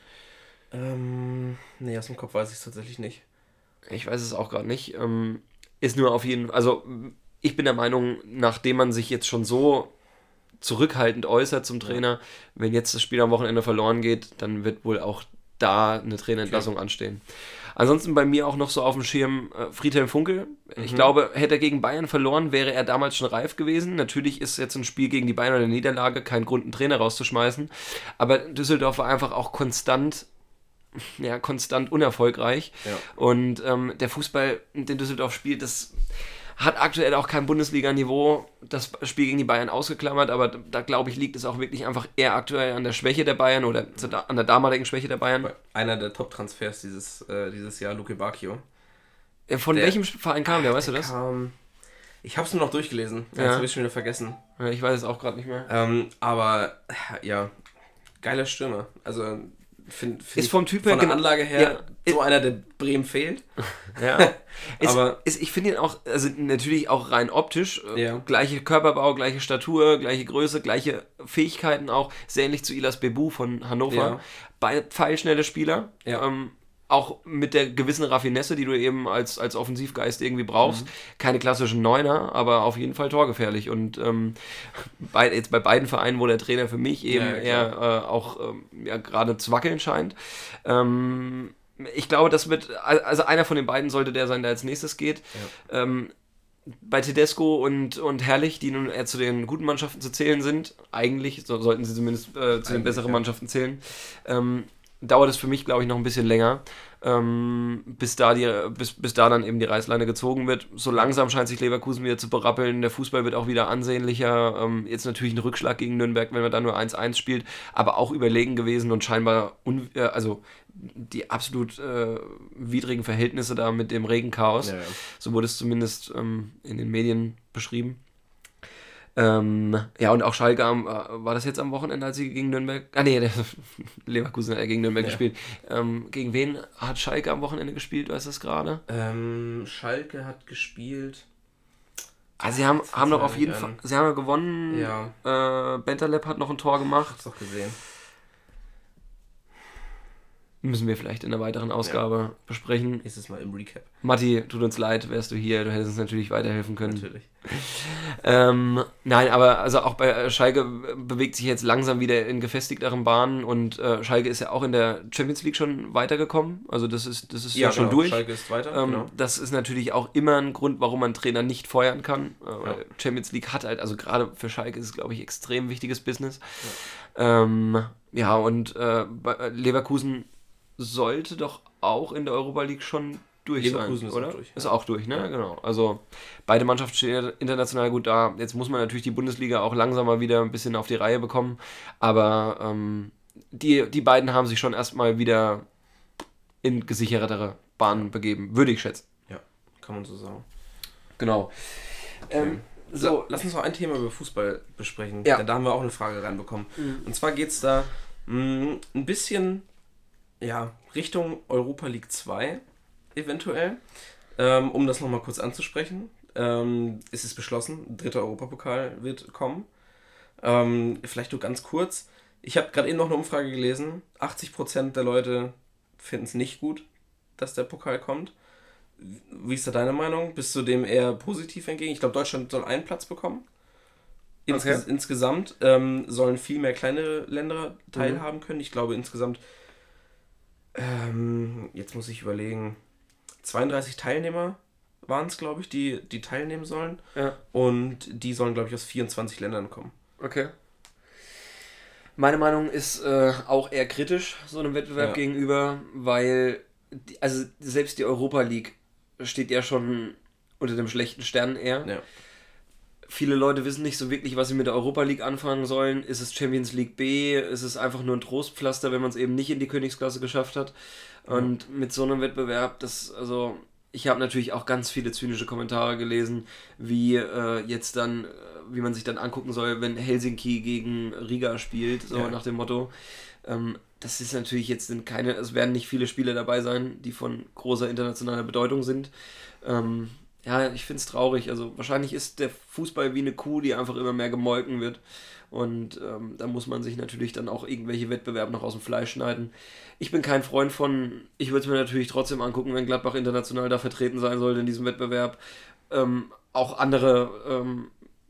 Ähm, nee, aus dem Kopf weiß ich es tatsächlich nicht. Ich weiß es auch gerade nicht. Ähm, ist nur auf jeden Fall, also ich bin der Meinung, nachdem man sich jetzt schon so zurückhaltend äußert zum Trainer. Wenn jetzt das Spiel am Wochenende verloren geht, dann wird wohl auch da eine Trainerentlassung okay. anstehen. Ansonsten bei mir auch noch so auf dem Schirm äh, Friedhelm Funkel. Mhm. Ich glaube, hätte er gegen Bayern verloren, wäre er damals schon reif gewesen. Natürlich ist jetzt ein Spiel gegen die Bayern oder eine Niederlage kein Grund, einen Trainer rauszuschmeißen. Aber Düsseldorf war einfach auch konstant, ja, konstant unerfolgreich. Ja. Und ähm, der Fußball, den Düsseldorf spielt, das hat aktuell auch kein Bundesliga-Niveau, das Spiel gegen die Bayern ausgeklammert, aber da, da glaube ich, liegt es auch wirklich einfach eher aktuell an der Schwäche der Bayern oder an der damaligen Schwäche der Bayern. Einer der Top-Transfers dieses, äh, dieses Jahr, Luke Bacchio. Von der, welchem Verein kam der, weißt der du das? Kam, ich habe es nur noch durchgelesen, ja. Jetzt habe ich schon wieder vergessen. Ja, ich weiß es auch gerade nicht mehr. Ähm, aber, ja, geiler Stürmer. Also, Find, find ist vom Typ her, von der Anlage her, ja, so einer, der Bremen fehlt. Ja. aber ist, ist, ich finde ihn auch, also natürlich auch rein optisch, ja. gleiche Körperbau, gleiche Statur, gleiche Größe, gleiche Fähigkeiten auch, sehr ähnlich zu Ilas Bebu von Hannover. Ja. Beide pfeilschnelle Spieler, ja. ähm, auch mit der gewissen Raffinesse, die du eben als, als Offensivgeist irgendwie brauchst. Mhm. Keine klassischen Neuner, aber auf jeden Fall torgefährlich. Und ähm, bei, jetzt bei beiden Vereinen, wo der Trainer für mich eben ja, eher äh, auch ähm, ja, gerade zu wackeln scheint. Ähm, ich glaube, das wird, also einer von den beiden sollte der sein, der als nächstes geht. Ja. Ähm, bei Tedesco und, und Herrlich, die nun eher zu den guten Mannschaften zu zählen sind, eigentlich, so sollten sie zumindest äh, zu den besseren ja. Mannschaften zählen, ähm, dauert es für mich, glaube ich, noch ein bisschen länger, ähm, bis, da die, bis, bis da dann eben die Reißleine gezogen wird. So langsam scheint sich Leverkusen wieder zu berappeln, der Fußball wird auch wieder ansehnlicher, ähm, jetzt natürlich ein Rückschlag gegen Nürnberg, wenn man da nur eins eins spielt, aber auch überlegen gewesen und scheinbar, un- äh, also die absolut äh, widrigen Verhältnisse da mit dem Regenchaos, ja, ja. So wurde es zumindest ähm, in den Medien beschrieben. Ähm, ja, und auch Schalke, am, war das jetzt am Wochenende, als sie gegen Nürnberg, ah nee, der Leverkusen hat ja gegen Nürnberg ja. gespielt. Ähm, gegen wen hat Schalke am Wochenende gespielt, weißt du das gerade? Ähm, Schalke hat gespielt... Also sie haben, haben doch auf jeden Fall, sie haben ja gewonnen, ja. Äh, Bentaleb hat noch ein Tor gemacht. Ich hab's doch gesehen. Müssen wir vielleicht in einer weiteren Ausgabe ja. besprechen. Nächstes Mal im Recap. Matti, tut uns leid, wärst du hier, du hättest uns natürlich weiterhelfen können. Natürlich. ähm, nein, aber also auch bei Schalke bewegt sich jetzt langsam wieder in gefestigteren Bahnen und äh, Schalke ist ja auch in der Champions League schon weitergekommen. Also das ist, das ist ja, ja schon genau. durch. Schalke ist weiter, ähm, genau. Das ist natürlich auch immer ein Grund, warum man einen Trainer nicht feuern kann. Äh, ja. Champions League hat halt, also gerade für Schalke ist es, glaube ich, extrem wichtiges Business. Ja, ähm, ja und äh, bei Leverkusen sollte doch auch in der Europa League schon durch Leverkusen sein, ist oder? Auch durch, ist ja. auch durch, ne? Ja. Genau. Also beide Mannschaften stehen international gut da. Jetzt muss man natürlich die Bundesliga auch langsam mal wieder ein bisschen auf die Reihe bekommen. Aber ähm, die, die beiden haben sich schon erstmal wieder in gesichertere Bahnen begeben, würde ich schätzen. Ja, kann man so sagen. Genau. Ähm, so, lass uns noch ein Thema über Fußball besprechen. Ja. Denn da haben wir auch eine Frage reinbekommen. Mhm. Und zwar geht es da mh, ein bisschen... Ja, Richtung Europa League zwei eventuell. Ähm, um das nochmal kurz anzusprechen. Ähm, es ist beschlossen, dritter Europapokal wird kommen. Ähm, vielleicht nur ganz kurz. Ich habe gerade eben noch eine Umfrage gelesen. achtzig Prozent der Leute finden es nicht gut, dass der Pokal kommt. Wie ist da deine Meinung? Bist du dem eher positiv entgegen? Ich glaube, Deutschland soll einen Platz bekommen. Insges- okay. Insgesamt ähm, sollen viel mehr kleinere Länder teilhaben mhm. können. Ich glaube insgesamt Ähm, jetzt muss ich überlegen, zweiunddreißig Teilnehmer waren es, glaube ich, die, die teilnehmen sollen. Ja. Und die sollen, glaube ich, aus vierundzwanzig Ländern kommen. Okay. Meine Meinung ist äh, auch eher kritisch so einem Wettbewerb ja. gegenüber, weil die, also selbst die Europa League steht ja schon unter dem schlechten Stern eher. Ja. Viele Leute wissen nicht so wirklich, was sie mit der Europa League anfangen sollen. Ist es Champions League B? Ist es einfach nur ein Trostpflaster, wenn man es eben nicht in die Königsklasse geschafft hat? Und mhm. mit so einem Wettbewerb, das, also, ich habe natürlich auch ganz viele zynische Kommentare gelesen, wie äh, jetzt dann, wie man sich dann angucken soll, wenn Helsinki gegen Riga spielt, so ja. nach dem Motto. Ähm, das ist natürlich jetzt sind keine, es werden nicht viele Spiele dabei sein, die von großer internationaler Bedeutung sind. Ähm, Ja, ich finde es traurig. Also wahrscheinlich ist der Fußball wie eine Kuh, die einfach immer mehr gemolken wird. Und ähm, da muss man sich natürlich dann auch irgendwelche Wettbewerbe noch aus dem Fleisch schneiden. Ich bin kein Freund von, ich würde es mir natürlich trotzdem angucken, wenn Gladbach international da vertreten sein sollte in diesem Wettbewerb. Ähm, auch andere ähm,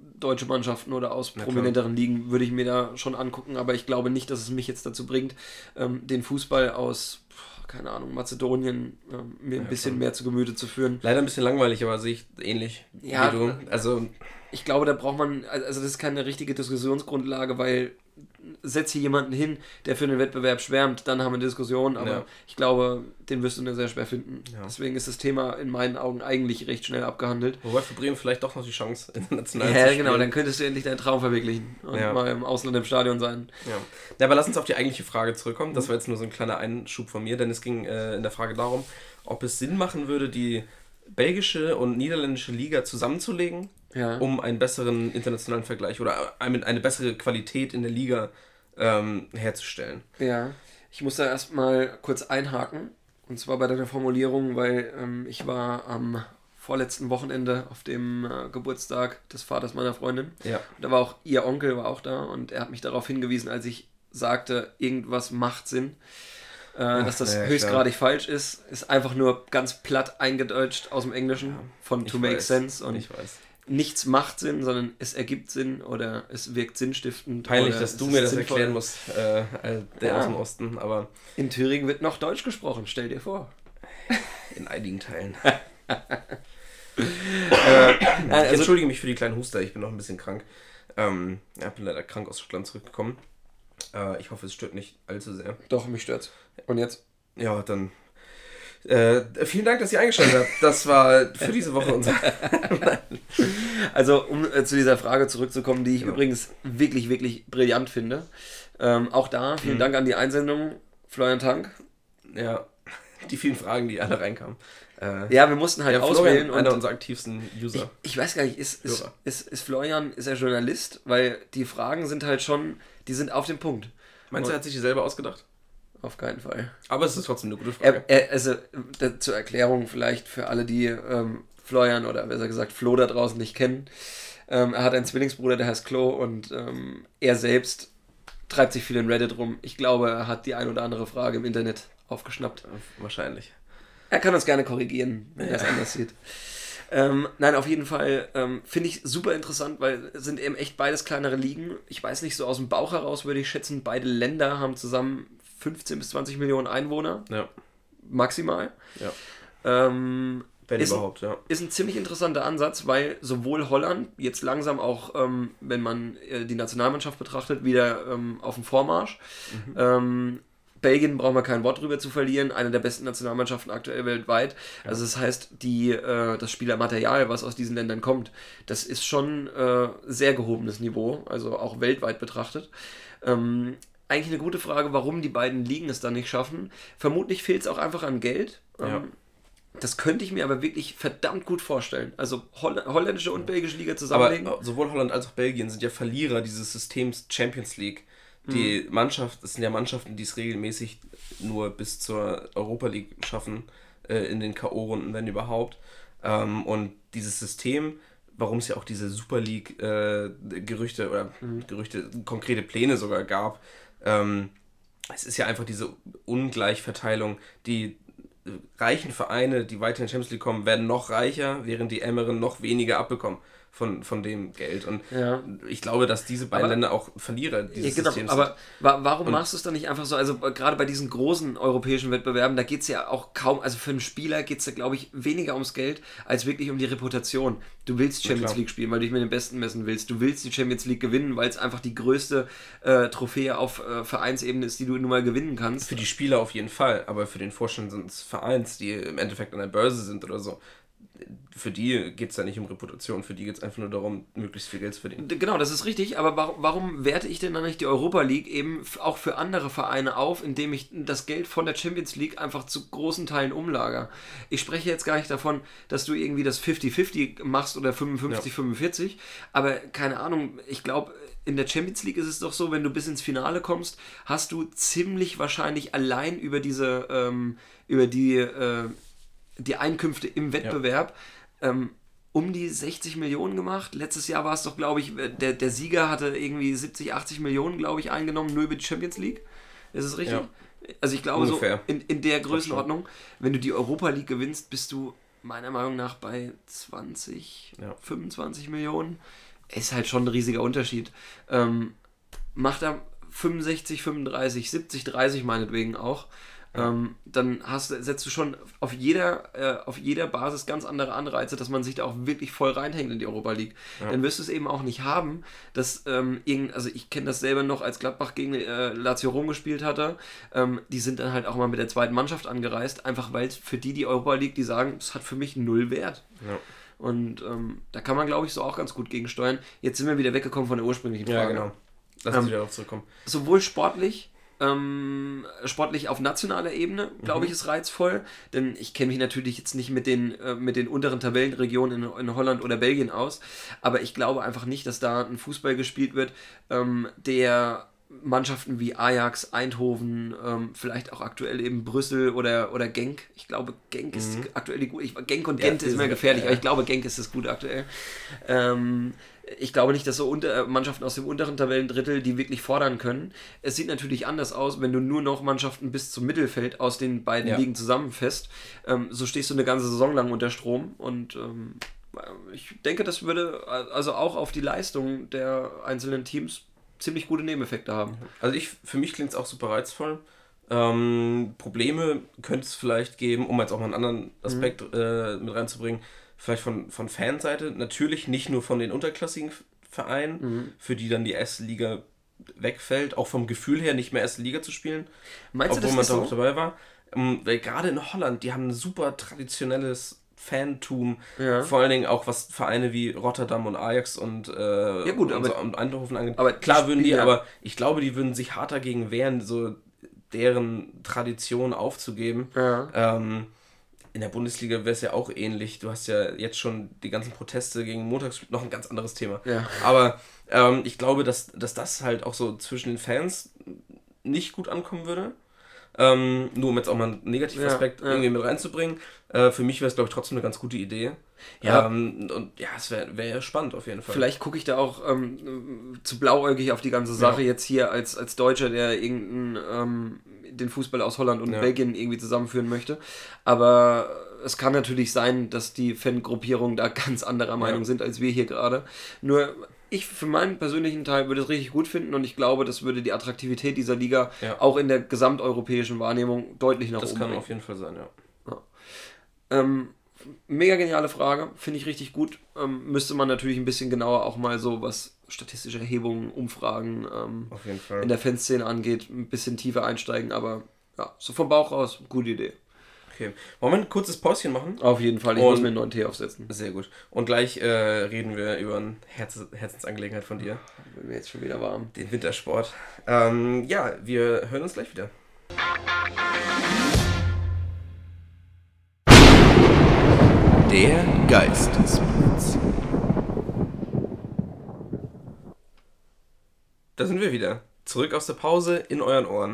deutsche Mannschaften oder aus Ja, prominenteren Ligen würde ich mir da schon angucken, aber ich glaube nicht, dass es mich jetzt dazu bringt, ähm, den Fußball aus, keine Ahnung, Mazedonien ähm, mir ein Ja, bisschen klar. mehr zu Gemüte zu führen. Leider ein bisschen langweilig, aber sehe ich ähnlich Ja, wie du. Also, Ich glaube, da braucht man, also das ist keine richtige Diskussionsgrundlage, weil setz hier jemanden hin, der für den Wettbewerb schwärmt, dann haben wir eine Diskussion, aber Ja. ich glaube, den wirst du nur sehr schwer finden. Ja. Deswegen ist das Thema in meinen Augen eigentlich recht schnell abgehandelt. wobei für Bremen vielleicht doch noch die Chance, international Ja, zu spielen. genau, dann könntest du endlich deinen Traum verwirklichen und Ja. mal im Ausland im Stadion sein. Ja. Ja, aber lass uns auf die eigentliche Frage zurückkommen. Das war jetzt nur so ein kleiner Einschub von mir, denn es ging äh, in der Frage darum, ob es Sinn machen würde, die belgische und niederländische Liga zusammenzulegen, Ja. um einen besseren internationalen Vergleich oder eine, eine bessere Qualität in der Liga ähm, herzustellen. Ja, ich muss da erstmal kurz einhaken. Und zwar bei deiner Formulierung, weil ähm, ich war am vorletzten Wochenende auf dem äh, Geburtstag des Vaters meiner Freundin. Ja. Und da war auch ihr Onkel war auch da und er hat mich darauf hingewiesen, als ich sagte, irgendwas macht Sinn. Äh, Ach, dass das ja, höchstgradig falsch ist, ist einfach nur ganz platt eingedeutscht aus dem Englischen von Ich To Make weiß, Sense und ich weiß. nichts macht Sinn, sondern es ergibt Sinn oder es wirkt sinnstiftend. Peinlich, oder dass es du ist mir das sinnvoll. erklären musst, äh, der Ja. aus dem Osten, aber In Thüringen wird noch Deutsch gesprochen, stell dir vor. in einigen Teilen. Äh, Ich also, entschuldige mich für die kleinen Huster, ich bin noch ein bisschen krank. Ähm, ja, bin leider krank aus Schottland zurückgekommen. Äh, ich hoffe, es stört nicht allzu sehr. doch, mich stört's. Und jetzt? Ja, dann äh, vielen Dank, dass ihr eingeschaltet habt. Das war für diese Woche unser... Also, um äh, zu dieser Frage zurückzukommen, die ich Ja. übrigens wirklich, wirklich brillant finde. Ähm, auch da, vielen Mhm. Dank an die Einsendung, Florian Tank. Ja, die vielen Fragen, die alle reinkamen. Äh, Ja, wir mussten halt ja, auswählen. Florian, einer Und unserer aktivsten ich, User. ich weiß gar nicht, ist, ist, Hörer. ist, ist Florian, ist er Journalist? Weil die Fragen sind halt schon, die sind auf dem Punkt. Meinst du, er hat sich die selber ausgedacht? Auf keinen Fall. Aber es ist trotzdem eine gute Frage. Er, er, also, äh, zur Erklärung vielleicht für alle, die ähm, Florian oder besser gesagt Flo da draußen nicht kennen. Ähm, er hat einen Zwillingsbruder, der heißt Klo und ähm, er selbst treibt sich viel in Reddit rum. Ich glaube, er hat die ein oder andere Frage im Internet aufgeschnappt. Wahrscheinlich. Er kann uns gerne korrigieren, wenn er es anders sieht. Ähm, nein, auf jeden Fall ähm, finde ich super interessant, weil es sind eben echt beides kleinere Ligen. Ich weiß nicht, so aus dem Bauch heraus würde ich schätzen, beide Länder haben zusammen fünfzehn bis zwanzig Millionen Einwohner, Ja, maximal. ja. Ähm, Wenn Ist- überhaupt, ja. ist ein ziemlich interessanter Ansatz, weil sowohl Holland jetzt langsam auch, ähm, wenn man äh, die Nationalmannschaft betrachtet, wieder ähm, auf dem Vormarsch. Mhm. Ähm, Belgien brauchen wir kein Wort drüber zu verlieren, eine der besten Nationalmannschaften aktuell weltweit. Also das heißt, die, äh, das Spielermaterial, was aus diesen Ländern kommt, das ist schon äh, sehr gehobenes Niveau, also auch weltweit betrachtet. Ähm, eigentlich eine gute Frage, warum die beiden Ligen es dann nicht schaffen. Vermutlich fehlt es auch einfach an Geld. Ähm, Ja. Das könnte ich mir aber wirklich verdammt gut vorstellen. Also Holl holländische und belgische Liga zusammenlegen. Aber sowohl Holland als auch Belgien sind ja Verlierer dieses Systems Champions League. Die Mhm. Mannschaft, das sind ja Mannschaften, die es regelmäßig nur bis zur Europa League schaffen, äh, in den K O-Runden, wenn überhaupt. Ähm, und dieses System, warum es ja auch diese Super League äh, Gerüchte oder Mhm. Gerüchte, konkrete Pläne sogar gab, ähm, es ist ja einfach diese Ungleichverteilung, die reichen Vereine, die weiter in die Champions League kommen, werden noch reicher, während die Ärmeren noch weniger abbekommen von, von dem Geld. Und Ja. ich glaube, dass diese beiden Aber- Länder auch Verlierer Ja, dieses genau, Systems aber wa warum Und- machst du es dann nicht einfach so? Also äh, gerade bei diesen großen europäischen Wettbewerben, da geht es ja auch kaum, also für einen Spieler geht es ja, glaube ich, weniger ums Geld, als wirklich um die Reputation. Du willst Champions klar. League spielen, weil du dich mit den Besten messen willst. Du willst die Champions League gewinnen, weil es einfach die größte äh, Trophäe auf äh, Vereinsebene ist, die du nun mal gewinnen kannst. Für die Spieler auf jeden Fall, aber für den Vorstand des Vereins, die im Endeffekt an der Börse sind oder so, für die geht es ja nicht um Reputation, für die geht es einfach nur darum, möglichst viel Geld zu verdienen. D- Genau, das ist richtig, aber warum, warum werte ich denn dann nicht die Europa League eben f- auch für andere Vereine auf, indem ich das Geld von der Champions League einfach zu großen Teilen umlager? Ich spreche jetzt gar nicht davon, dass du irgendwie das fünfzig fünfzig machst oder fünfundfünfzig fünfundvierzig, aber keine Ahnung, ich glaube, in der Champions League ist es doch so, wenn du bis ins Finale kommst, hast du ziemlich wahrscheinlich allein über diese, ähm, über die, äh, die Einkünfte im Wettbewerb ähm, um die sechzig Millionen gemacht. Letztes Jahr war es doch, glaube ich, der, der Sieger hatte irgendwie siebzig, achtzig Millionen, glaube ich, eingenommen, nur über die Champions League. Ist es richtig? Ja. Also ich glaube Ungefähr. so in, in der Größenordnung, wenn du die Europa League gewinnst, bist du meiner Meinung nach bei zwanzig, Ja. fünfundzwanzig Millionen. ist halt schon ein riesiger Unterschied. Ähm, macht er fünfundsechzig, fünfunddreißig, siebzig, dreißig meinetwegen auch, ja. ähm, dann hast, setzt du schon auf jeder, äh, auf jeder Basis ganz andere Anreize, dass man sich da auch wirklich voll reinhängt in die Europa League. Ja. Dann wirst du es eben auch nicht haben, dass ähm, irgend, also ich kenne das selber noch, als Gladbach gegen äh, Lazio Rom gespielt hatte, ähm, die sind dann halt auch mal mit der zweiten Mannschaft angereist, einfach weil für die die Europa League, die sagen, es hat für mich null Wert. Ja. Und ähm, da kann man, glaube ich, so auch ganz gut gegensteuern. Jetzt sind wir wieder weggekommen von der ursprünglichen Frage. Ja, genau. Lass uns ähm, wieder darauf zurückkommen. Sowohl sportlich, ähm, sportlich auf nationaler Ebene, glaube mhm. ich, ist reizvoll, denn ich kenne mich natürlich jetzt nicht mit den, äh, mit den unteren Tabellenregionen in, in Holland oder Belgien aus, aber ich glaube einfach nicht, dass da ein Fußball gespielt wird, ähm, der Mannschaften wie Ajax, Eindhoven, ähm, vielleicht auch aktuell eben Brüssel oder, oder Genk. Ich glaube, Genk ist mhm. aktuell die gute. Ich, Genk und Gent ja, ist immer gefährlich, ja. aber ich glaube, Genk ist das Gute aktuell. Ähm, ich glaube nicht, dass so unter, Mannschaften aus dem unteren Tabellendrittel die wirklich fordern können. Es sieht natürlich anders aus, wenn du nur noch Mannschaften bis zum Mittelfeld aus den beiden ja. Ligen zusammenfasst. Ähm, so stehst du eine ganze Saison lang unter Strom und ähm, ich denke, das würde also auch auf die Leistung der einzelnen Teams ziemlich gute Nebeneffekte haben. Also ich, für mich klingt es auch super reizvoll. Ähm, Probleme könnte es vielleicht geben, um jetzt auch mal einen anderen Aspekt mhm. äh, mit reinzubringen, vielleicht von, von Fanseite, natürlich nicht nur von den unterklassigen Vereinen, mhm. für die dann die erste Liga wegfällt, auch vom Gefühl her nicht mehr erste Liga zu spielen, Meinst obwohl du, man das da auch so? dabei war. Ähm, weil gerade in Holland, die haben ein super traditionelles Fantum, ja. vor allen Dingen auch was Vereine wie Rotterdam und Ajax und, äh, ja gut, und, aber, so, und Eindhoven angeht. Aber klar würden die, aber ich glaube, die würden sich hart dagegen wehren, so deren Tradition aufzugeben. Ja. Ähm, in der Bundesliga wäre es ja auch ähnlich. Du hast ja jetzt schon die ganzen Proteste gegen Montags, noch ein ganz anderes Thema. Ja. Aber ähm, ich glaube, dass, dass das halt auch so zwischen den Fans nicht gut ankommen würde. Ähm, nur um jetzt auch mal einen Negativaspekt ja, ja. irgendwie mit reinzubringen. Äh, für mich wäre es, glaube ich, trotzdem eine ganz gute Idee. Ja. Ähm, und ja, es wäre wär spannend auf jeden Fall. Vielleicht gucke ich da auch ähm, zu blauäugig auf die ganze Sache ja. jetzt hier als, als Deutscher, der irgendeinen ähm, den Fußball aus Holland und ja. Belgien irgendwie zusammenführen möchte. Aber es kann natürlich sein, dass die Fangruppierungen da ganz anderer Meinung ja. sind als wir hier gerade. Nur ich für meinen persönlichen Teil würde es richtig gut finden und ich glaube, das würde die Attraktivität dieser Liga ja. auch in der gesamteuropäischen Wahrnehmung deutlich nach das oben kann bringen. Auf jeden Fall sein, ja. ja. Ähm, mega geniale Frage, finde ich richtig gut. Ähm, müsste man natürlich ein bisschen genauer auch mal so, was statistische Erhebungen, Umfragen ähm, auf jeden Fall. in der Fanszene angeht, ein bisschen tiefer einsteigen, aber ja, so vom Bauch raus, gute Idee. Okay. Wollen wir ein kurzes Päuschen machen? Auf jeden Fall, ich und, muss mir einen neuen Tee aufsetzen. Sehr gut. Und gleich äh, reden wir über eine Herz- Herzensangelegenheit von dir. Wird mir jetzt schon wieder warm. Den Wintersport. Ähm, ja, wir hören uns gleich wieder. Der Geistesblitz. Da sind wir wieder. Zurück aus der Pause in euren Ohren.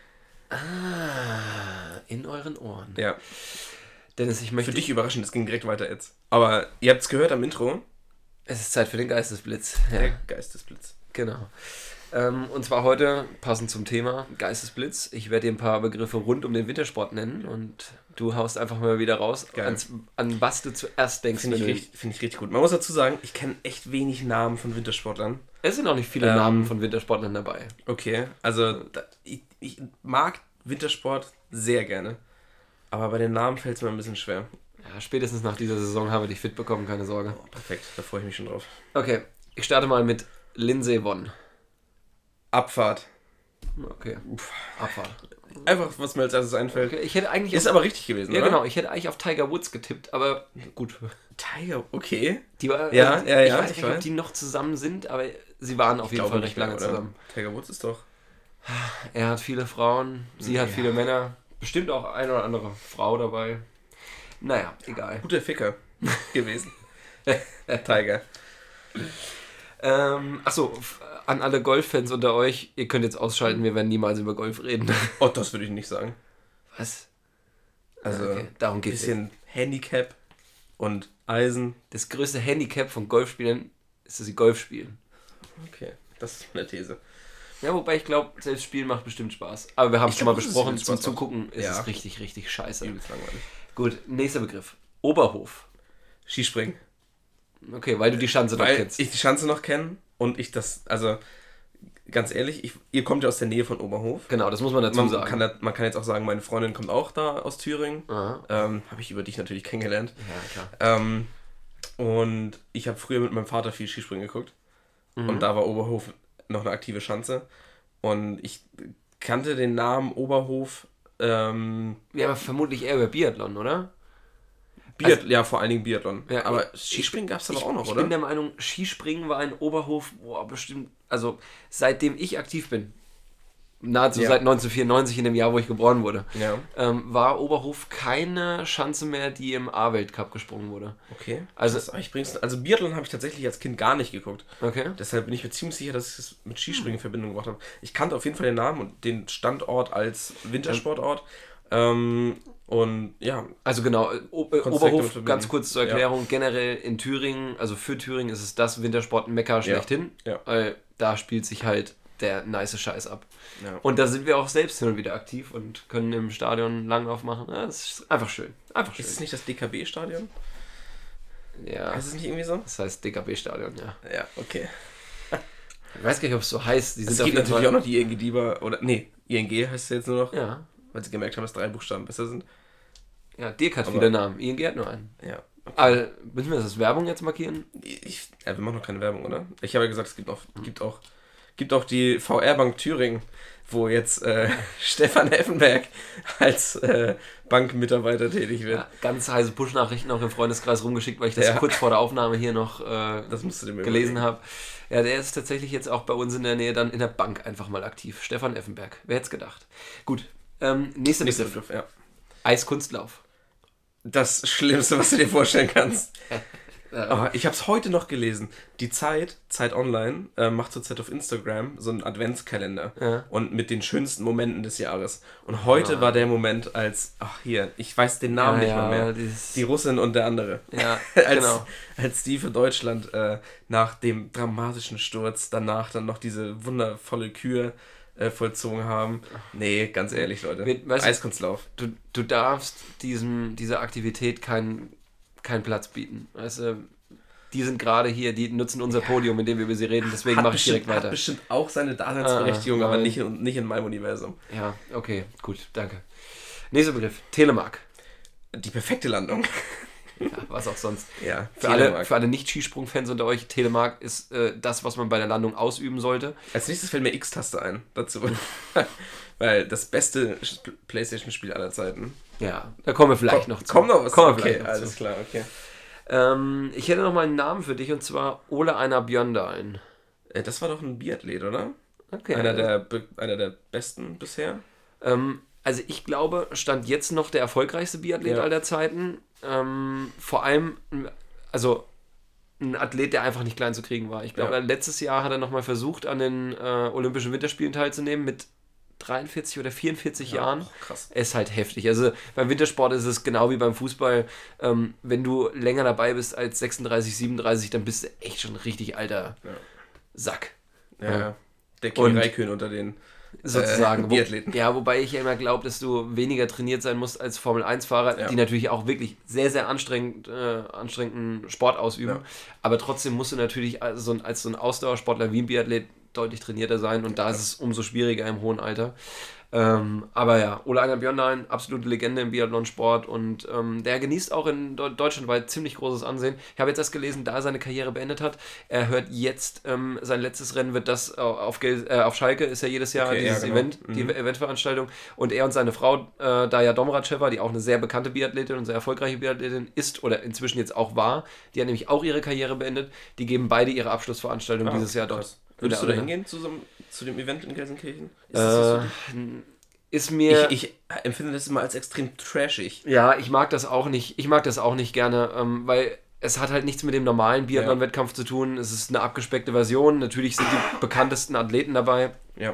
Ah, in euren Ohren. Ja. Dennis, ich möchte... Für dich überraschend, es ging direkt weiter jetzt. Aber ihr habt es gehört am Intro. Es ist Zeit für den Geistesblitz. Ja. Der Geistesblitz. Genau. Ähm, und zwar heute, passend zum Thema, Geistesblitz. Ich werde dir ein paar Begriffe rund um den Wintersport nennen und du haust einfach mal wieder raus, ans, an was du zuerst denkst. Finde ich, richtig, find ich richtig gut. Man muss dazu sagen, ich kenne echt wenig Namen von Wintersportlern. Es sind auch nicht viele ähm, Namen von Wintersportlern dabei. Okay, also da, ich, ich mag Wintersport sehr gerne, aber bei den Namen fällt es mir ein bisschen schwer. Ja, spätestens nach dieser Saison haben wir dich fit bekommen, keine Sorge. Oh, perfekt, da freue ich mich schon drauf. Okay, ich starte mal mit Lindsey Vonn. Abfahrt. Okay, Uff. Abfahrt. Einfach, was mir als erstes einfällt. Okay, ich hätte eigentlich ist auf, aber richtig gewesen, ja, oder? Genau, ich hätte eigentlich auf Tiger Woods getippt, aber gut. Tiger, okay. Die war, ja, also, ja, ich ja, weiß nicht, ob die noch zusammen sind, aber sie waren auf ich jeden Fall recht lange oder? zusammen. Tiger Woods ist doch... Er hat viele Frauen, sie ja. hat viele Männer. Bestimmt auch eine oder andere Frau dabei. Naja, egal. Guter Ficker gewesen. Tiger. Ähm, achso, an alle Golffans unter euch, ihr könnt jetzt ausschalten, wir werden niemals über Golf reden. Oh, das würde ich nicht sagen. Was? Also, okay, darum geht's. Ein bisschen jetzt. Handicap und Eisen. Das größte Handicap von Golfspielern ist, dass sie Golf spielen. Okay, das ist eine These. Ja, wobei ich glaube, selbst Spielen macht bestimmt Spaß. Aber wir haben es schon mal besprochen, zum Zugucken ist ja. es richtig, richtig scheiße. Übelst langweilig. Gut, nächster Begriff. Oberhof. Skispringen. Okay, weil du die Schanze noch Weil kennst. ich die Schanze noch kenne und ich das, also ganz ehrlich, ich, ihr kommt ja aus der Nähe von Oberhof. Genau, das muss man dazu Man sagen. kann, da, man kann jetzt auch sagen, meine Freundin kommt auch da aus Thüringen. Aha. Ähm, habe ich über dich natürlich kennengelernt. Ja, klar. Ähm, und ich habe früher mit meinem Vater viel Skispringen geguckt. Mhm. Und da war Oberhof noch eine aktive Schanze. Und ich kannte den Namen Oberhof. Ähm, Ja, aber vermutlich eher über Biathlon, oder? Biath- Also- ja, vor allen Dingen Biathlon. Ja, aber ich- Skispringen gab es aber Ich, auch noch, ich oder? bin der Meinung, Skispringen war in Oberhof, boah, bestimmt, also seitdem ich aktiv bin, nahezu Ja. seit neunzehnhundertvierundneunzig, in dem Jahr, wo ich geboren wurde, Ja. ähm, war Oberhof keine Schanze mehr, die im A-Weltcup gesprungen wurde. Okay. Also- Also, ich bring's, also Biathlon habe ich tatsächlich als Kind gar nicht geguckt. Okay. Deshalb bin ich mir ziemlich sicher, dass ich es mit Skispringen in Verbindung gebracht habe. Ich kannte auf jeden Fall den Namen und den Standort als Wintersportort. Ähm, und ja, Also genau, äh, O- äh, Konzept Oberhof, und verbinden. ganz kurz zur Erklärung, generell in Thüringen, also für Thüringen ist es das Wintersport-Mekka schlechthin, ja. weil da spielt sich halt der nice Scheiß ab. Ja. Und da sind wir auch selbst hin und wieder aktiv und können im Stadion Langlauf machen. Ja, das ist einfach schön. Einfach schön. Ist es nicht das D K B-Stadion? Ja, Heißt es nicht irgendwie so? das heißt D K B-Stadion, ja. Ja, okay. Ich weiß gar nicht, ob es so heißt. Die Es sind auf gibt jeden natürlich Fall- auch noch die I N G Dieber, oder nee, I N G heißt es jetzt nur noch, Ja, weil sie gemerkt haben, dass drei Buchstaben besser sind. ja, Dirk hat Aber- viele Namen. I N G hat nur einen. Ja. Aber müssen wir das als Werbung jetzt markieren? Ich, ja, wir machen noch keine Werbung, oder? Ich habe ja gesagt, es gibt auch, gibt auch, gibt auch die V R-Bank Thüringen, wo jetzt äh, Stefan Effenberg als äh, Bankmitarbeiter tätig wird. Ja, ganz heiße Push-Nachrichten auch im Freundeskreis rumgeschickt, weil ich das Ja. kurz vor der Aufnahme hier noch äh, Das musst du dir mal gelesen überlegen. habe. Ja, der ist tatsächlich jetzt auch bei uns in der Nähe dann in der Bank einfach mal aktiv. Stefan Effenberg. Wer hätte es gedacht? Gut. Ähm, nächster Nächster Begriff. Begriff, ja. Eiskunstlauf. Das Schlimmste, was du dir vorstellen kannst. Äh, Oh, ich habe es heute noch gelesen. Die Zeit, Zeit Online, äh, macht zurzeit auf Instagram so einen Adventskalender. Ja. Und mit den schönsten Momenten des Jahres. Und heute Ah. war der Moment, als, ach hier, ich weiß den Namen Ja, nicht mal ja, mehr. dieses- Die Russin und der andere. Ja, als, genau. als die für Deutschland äh, nach dem dramatischen Sturz danach dann noch diese wundervolle Kür äh, vollzogen haben. Nee, ganz ehrlich, Leute. Mit- weißt du- Eiskunstlauf. Du, du darfst diesem, dieser Aktivität keinen keinen Platz bieten. Weißt du, die sind gerade hier, die nutzen unser Podium, in dem wir über sie reden, deswegen Hat mache ich direkt bestimmt, hat weiter. bestimmt auch seine Daseinsberechtigung, Ah, aber nein. nicht in, nicht in meinem Universum. Ja, okay, gut, danke. Nächster Begriff, Telemark. Die perfekte Landung. Ja, was auch sonst. Ja, Für alle, für alle Nicht-Skisprung-Fans unter euch, Telemark ist äh, das, was man bei der Landung ausüben sollte. Als nächstes fällt mir X-Taste ein dazu. Weil das beste PlayStation-Spiel aller Zeiten. Ja, da kommen wir vielleicht Komm- noch zu. Kommt noch was? Kommen wir Okay, vielleicht noch alles zu. klar, okay. Ähm, ich hätte noch mal einen Namen für dich und zwar Ole Einar Björndalen. Äh, Das war doch ein Biathlet, oder? Okay. Einer, der, be- einer der besten bisher. Ähm, also ich glaube, stand jetzt noch der erfolgreichste Biathlet Ja. aller Zeiten. Ähm, vor allem, also ein Athlet, der einfach nicht klein zu kriegen war. Ich glaube, Ja. letztes Jahr hat er nochmal versucht, an den äh, Olympischen Winterspielen teilzunehmen mit dreiundvierzig oder vierundvierzig Jahren. Oh, krass. Ist halt heftig. Also beim Wintersport ist es genau wie beim Fußball. Ähm, wenn du länger dabei bist als sechsunddreißig, siebenunddreißig, dann bist du echt schon ein richtig alter Ja. Sack. Ja, Ja. ja. Der Kimi Und- Räikkönen unter den Sozusagen. Äh, Wo- Biathleten. Ja, wobei ich ja immer glaube, dass du weniger trainiert sein musst als Formel eins Fahrer, Ja. die natürlich auch wirklich sehr, sehr anstrengend, äh, anstrengenden Sport ausüben. Ja. Aber trotzdem musst du natürlich als so ein, als so ein Ausdauersportler wie ein Biathlet deutlich trainierter sein und da ist es umso schwieriger im hohen Alter. Ähm, aber ja, Ole Einar Björndalen, absolute Legende im Biathlonsport und ähm, der genießt auch in Do- Deutschland weit ziemlich großes Ansehen. Ich habe jetzt erst gelesen, da er seine Karriere beendet hat, er hört jetzt, ähm, sein letztes Rennen wird das auf, auf, Gel- äh, auf Schalke, ist ja jedes Jahr Okay, dieses ja, genau. Event, die Mhm. Eventveranstaltung und er und seine Frau, äh, Daya Domracheva, die auch eine sehr bekannte Biathletin und sehr erfolgreiche Biathletin ist oder inzwischen jetzt auch war, die hat nämlich auch ihre Karriere beendet, die geben beide ihre Abschlussveranstaltung Ah, dieses Jahr dort. krass. Würdest du da Oder- hingehen zu, so, einem- zu dem Event in Gelsenkirchen? Ist das was Äh, für dich? ist mir... Ich, ich empfinde das immer als extrem trashig. Ja, ich mag das auch nicht. Ich mag das auch nicht gerne, ähm, weil es hat halt nichts mit dem normalen Biathlon-Wettkampf zu tun. Es ist eine abgespeckte Version. Natürlich sind die bekanntesten Athleten dabei, Ja.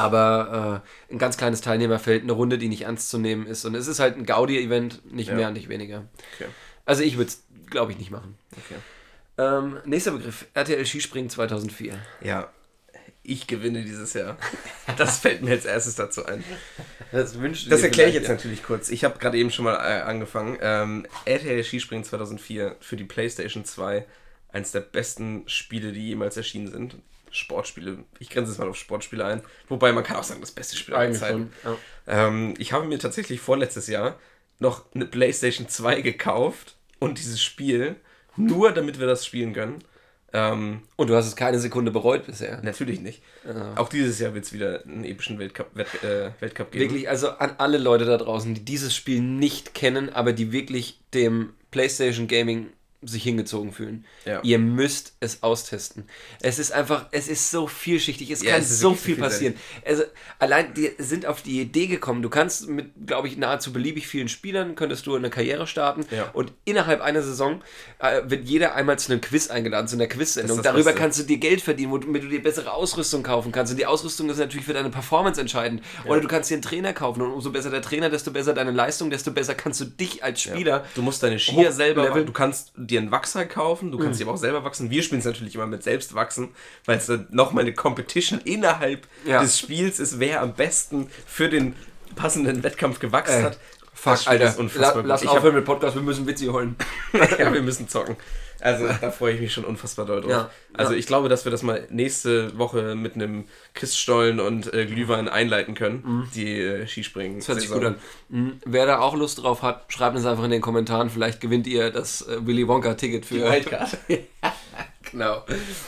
aber äh, ein ganz kleines Teilnehmerfeld, eine Runde, die nicht ernst zu nehmen ist. Und es ist halt ein Gaudi-Event, nicht Ja. mehr und nicht weniger. Okay. Also ich würde es, glaube ich, nicht machen. Okay. Ähm, nächster Begriff, R T L Skispringen zweitausendvier. Ja. Ich gewinne dieses Jahr. Das fällt mir als erstes dazu ein. Das wünsche Das erkläre ich jetzt natürlich kurz. Ich habe gerade eben schon mal äh, angefangen. Ähm, R T L Skispringen zweitausendvier für die PlayStation zwei. eines der besten Spiele, die jemals erschienen sind. Sportspiele. Ich grenze es mal auf Sportspiele ein. Wobei man kann auch sagen, das beste Spiel aller Zeiten. Ja. Ähm, ich habe mir tatsächlich vorletztes Jahr noch eine PlayStation zwei gekauft und dieses Spiel, nur damit wir das spielen können. Ähm, und du hast es keine Sekunde bereut bisher. Natürlich nicht. Ja. Auch dieses Jahr wird es wieder einen epischen Weltcup, Welt, äh, Weltcup geben. Wirklich, also an alle Leute da draußen, die dieses Spiel nicht kennen, aber die wirklich dem PlayStation Gaming sich hingezogen fühlen. Ja. Ihr müsst es austesten. Es ist einfach, es ist so vielschichtig, es ja, kann es so viel passieren. Also allein, die sind auf die Idee gekommen, du kannst mit, glaube ich, nahezu beliebig vielen Spielern, könntest du eine Karriere starten ja. und innerhalb einer Saison äh, wird jeder einmal zu einem Quiz eingeladen, zu einer Quiz-Sendung. Darüber Beste. Kannst du dir Geld verdienen, womit du dir bessere Ausrüstung kaufen kannst. Und die Ausrüstung ist natürlich für deine Performance entscheidend. Ja. Oder du kannst dir einen Trainer kaufen und umso besser der Trainer, desto besser deine Leistung, desto besser kannst du dich als Spieler... Ja. Du musst deine Skier selber, leveln. Du kannst dir einen Wachser kaufen, du kannst mhm. dir aber auch selber wachsen. Wir spielen es natürlich immer mit Selbstwachsen, weil es dann nochmal eine Competition innerhalb ja. des Spiels ist, wer am besten für den passenden Wettkampf gewachsen äh, hat. Fuck, Alter, La, lass aufhören mit Podcast, wir müssen Witze holen. Ja, wir müssen zocken. Also da freue ich mich schon unfassbar doll drauf. Ja, also ja. ich glaube, dass wir das mal nächste Woche mit einem Christstollen und äh, Glühwein einleiten können, mhm. die äh, Skispringen. Das hört sich gut an. Mhm. Wer da auch Lust drauf hat, schreibt uns einfach in den Kommentaren. Vielleicht gewinnt ihr das äh, Willy Wonka-Ticket für... Die Wildcard. Genau.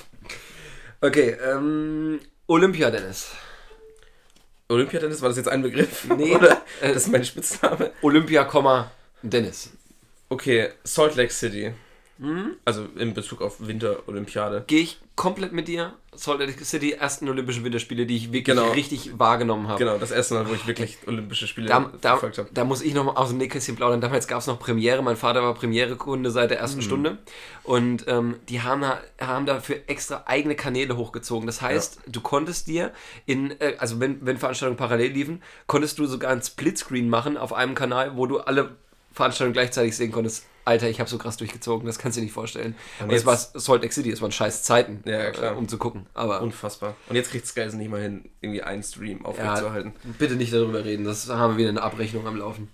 Okay, ähm, Olympia, Dennis. Olympia, Dennis, war das jetzt ein Begriff? Nee. Oder? Das ist mein Spitzname. Olympia, Dennis. Okay, Salt Lake City. Mhm. Also in Bezug auf Winter-Olympiade. Gehe ich komplett mit dir. Salt Lake City, ersten Olympischen Winterspiele, die ich wirklich genau. richtig wahrgenommen habe. Genau, das erste Mal, wo ich wirklich Olympische Spiele da, verfolgt habe. Da muss ich noch mal aus dem Nähkästchen plaudern. Damals gab es noch Premiere. Mein Vater war Premiere-Kunde seit der ersten mhm. Stunde. Und ähm, die haben, haben dafür extra eigene Kanäle hochgezogen. Das heißt, ja. du konntest dir, in, äh, also wenn, wenn Veranstaltungen parallel liefen, konntest du sogar ein Splitscreen machen auf einem Kanal, wo du alle Veranstaltungen gleichzeitig sehen konntest. Alter, ich habe so krass durchgezogen, das kannst du dir nicht vorstellen. Und es war Salt Lake City, es waren scheiß Zeiten, ja, klar. Äh, um zu gucken. Aber unfassbar. Und jetzt kriegt Sky nicht mal hin, irgendwie einen Stream aufrechtzuerhalten. Ja, bitte nicht darüber reden, das haben wir wieder eine Abrechnung am Laufen.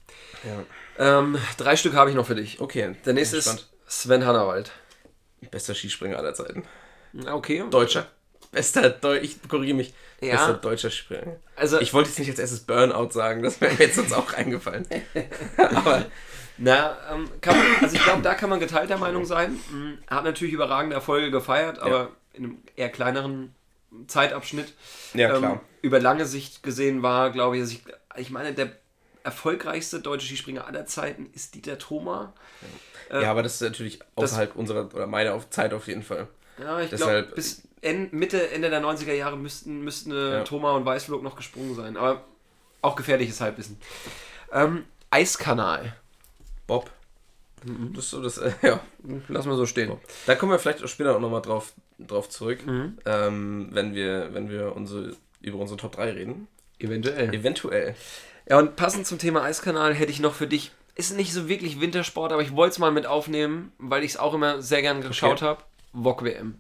Ja. Ähm, drei Stück habe ich noch für dich. Okay. Der nächste ist Sven Hannawald. Bester Skispringer aller Zeiten. Okay. Deutscher. Bester Deutscher, ich korrigiere mich. Ja. Bester deutscher Springer. Also, ich wollte jetzt nicht als erstes Burnout sagen, das wäre mir jetzt sonst auch eingefallen. Aber... Na, ähm, kann man, also ich glaube, da kann man geteilter Meinung sein. Er hat natürlich überragende Erfolge gefeiert, aber ja. in einem eher kleineren Zeitabschnitt. Ja, klar. Ähm, über lange Sicht gesehen war, glaube ich, also ich, ich meine, der erfolgreichste deutsche Skispringer aller Zeiten ist Dieter Thoma. Ja, äh, aber das ist natürlich außerhalb das, unserer oder meiner Zeit auf jeden Fall. Ja, ich glaube, bis en, Mitte, Ende der neunziger Jahre müssten, müssten ja. Thoma und Weißflog noch gesprungen sein. Aber auch gefährliches Halbwissen. Ähm, Eiskanal. Bob. Das ist so das, äh, ja. Lass mal so stehen. Bob. Da kommen wir vielleicht auch später auch nochmal drauf, drauf zurück, mhm. ähm, wenn wir, wenn wir unsere, über unsere Top drei reden. Eventuell. Eventuell. Ja, und passend zum Thema Eiskanal hätte ich noch für dich, ist nicht so wirklich Wintersport, aber ich wollte es mal mit aufnehmen, weil ich es auch immer sehr gern geschaut okay. habe. V O G W M.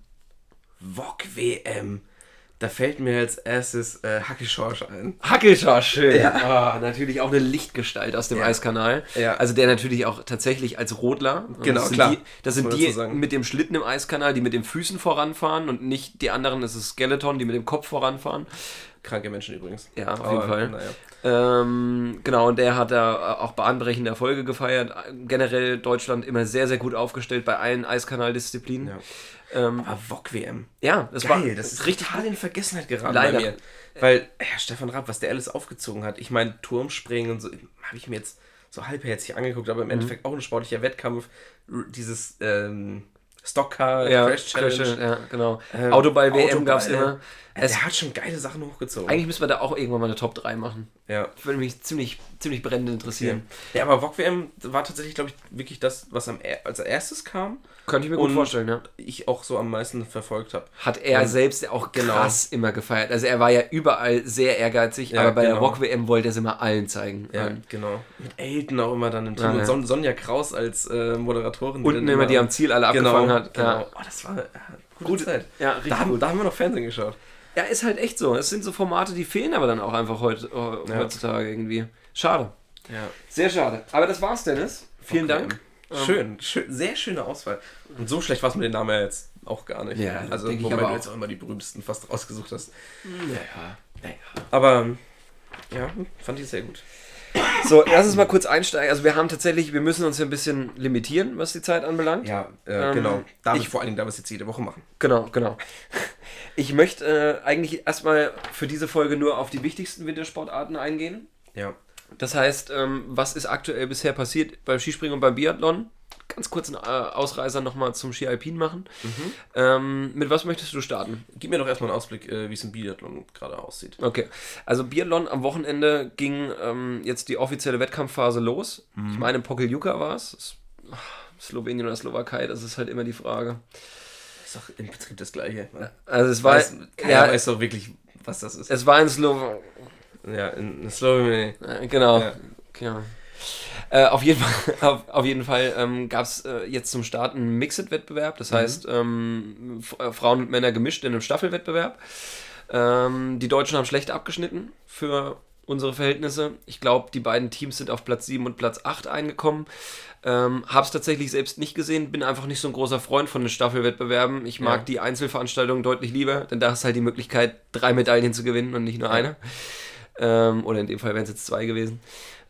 V O G W M. Da fällt mir als erstes äh, Hackelschorsch ein. Hackelschorsch, schön. Ja. Oh, natürlich auch eine Lichtgestalt aus dem ja. Eiskanal. Ja. Also der natürlich auch tatsächlich als Rodler. Genau, das klar. Die, das sind die mit dem Schlitten im Eiskanal, die mit den Füßen voranfahren und nicht die anderen, das ist Skeleton, die mit dem Kopf voranfahren. Kranke Menschen übrigens. Ja, auf jeden Fall. Naja. Ähm, genau, und der hat da auch bahnbrechende Erfolge gefeiert. Generell Deutschland immer sehr, sehr gut aufgestellt bei allen Eiskanaldisziplinen. Ja. Ähm, Aber V O G W M. Ja, das Geil, war das ist richtig total in Vergessenheit geraten leider. Bei mir. Weil, ja, Stefan Raab, was der alles aufgezogen hat. Ich meine, Turmspringen und so, habe ich mir jetzt so halbherzig angeguckt, aber im mhm. Endeffekt auch ein sportlicher Wettkampf. Dieses ähm, Stockcar, ja, Crash Challenge. Crash, ja, genau. Ähm, Autoball-W M gab es immer. Es der hat schon geile Sachen hochgezogen. Eigentlich müssen wir da auch irgendwann mal eine Top drei machen. Ja. Würde mich ziemlich, ziemlich brennend interessieren. Ja, ja aber V O G W M war tatsächlich, glaube ich, wirklich das, was am er- als erstes kam. Könnte ich mir gut vorstellen, ja. Ich auch so am meisten verfolgt habe. Hat er und selbst auch krass genau. immer gefeiert. Also er war ja überall sehr ehrgeizig, ja, aber bei genau. der V O G W M wollte er es immer allen zeigen. Ja, und genau. Mit Elton auch immer dann im Team ja, und Son- Sonja Kraus als äh, Moderatorin. Unten immer, die am Ziel alle genau, abgefangen hat. Genau. Ja. Oh, das war eine gute, gute Zeit. Ja, richtig da, haben, gut. da haben wir noch Fernsehen geschaut. Ja, ist halt echt so. Es sind so Formate, die fehlen aber dann auch einfach heut, ja. heutzutage irgendwie. Schade. Ja. Sehr schade. Aber das war's, Dennis. Vielen okay. Dank. Schön, schön, sehr schöne Auswahl. Und so schlecht war es mit den Namen ja jetzt auch gar nicht. Ja, also denke ich wobei aber du auch. jetzt auch immer die berühmtesten fast rausgesucht hast. Naja, naja. Aber ja, fand ich sehr gut. So, lass uns mal kurz einsteigen. Also wir haben tatsächlich, wir müssen uns ja ein bisschen limitieren, was die Zeit anbelangt. Ja, äh, Ähm, genau. Darf ich, ich- vor allen Dingen, da wir es jetzt jede Woche machen. Genau, genau. Ich möchte äh, eigentlich erstmal für diese Folge nur auf die wichtigsten Wintersportarten eingehen. Ja. Das heißt, ähm, was ist aktuell bisher passiert beim Skispringen und beim Biathlon? Ganz kurz einen äh, Ausreißer nochmal zum Ski Alpin machen. Ähm, mit was möchtest du starten? Gib mir doch erstmal einen Ausblick, äh, wie es im Biathlon gerade aussieht. Okay, also Biathlon am Wochenende ging ähm, jetzt die offizielle Wettkampfphase los. Ich meine, Pokljuka war es. Slowenien oder Slowakei, das ist halt immer die Frage. Ist doch im Prinzip das Gleiche. Ne? Also es war, Weiß, keiner ja, weiß doch wirklich, was das ist. es war in Slowenien. Ja, in, in Slowenien. Äh, Genau. Ja. Ja. Äh, auf jeden Fall, auf, auf jeden Fall ähm, gab es äh, jetzt zum Start einen Mixed-Wettbewerb, das heißt ähm, F- äh, Frauen und Männer gemischt in einem Staffelwettbewerb. Ähm, die Deutschen haben schlecht abgeschnitten für unsere Verhältnisse. Ich glaube, die beiden Teams sind auf Platz sieben und Platz acht eingekommen. Ähm, habe es tatsächlich selbst nicht gesehen, bin einfach nicht so ein großer Freund von den Staffelwettbewerben. Ich mag Ja. die Einzelveranstaltungen deutlich lieber, denn da hast halt die Möglichkeit, drei Medaillen zu gewinnen und nicht nur eine. Ähm, oder in dem Fall wären es jetzt zwei gewesen.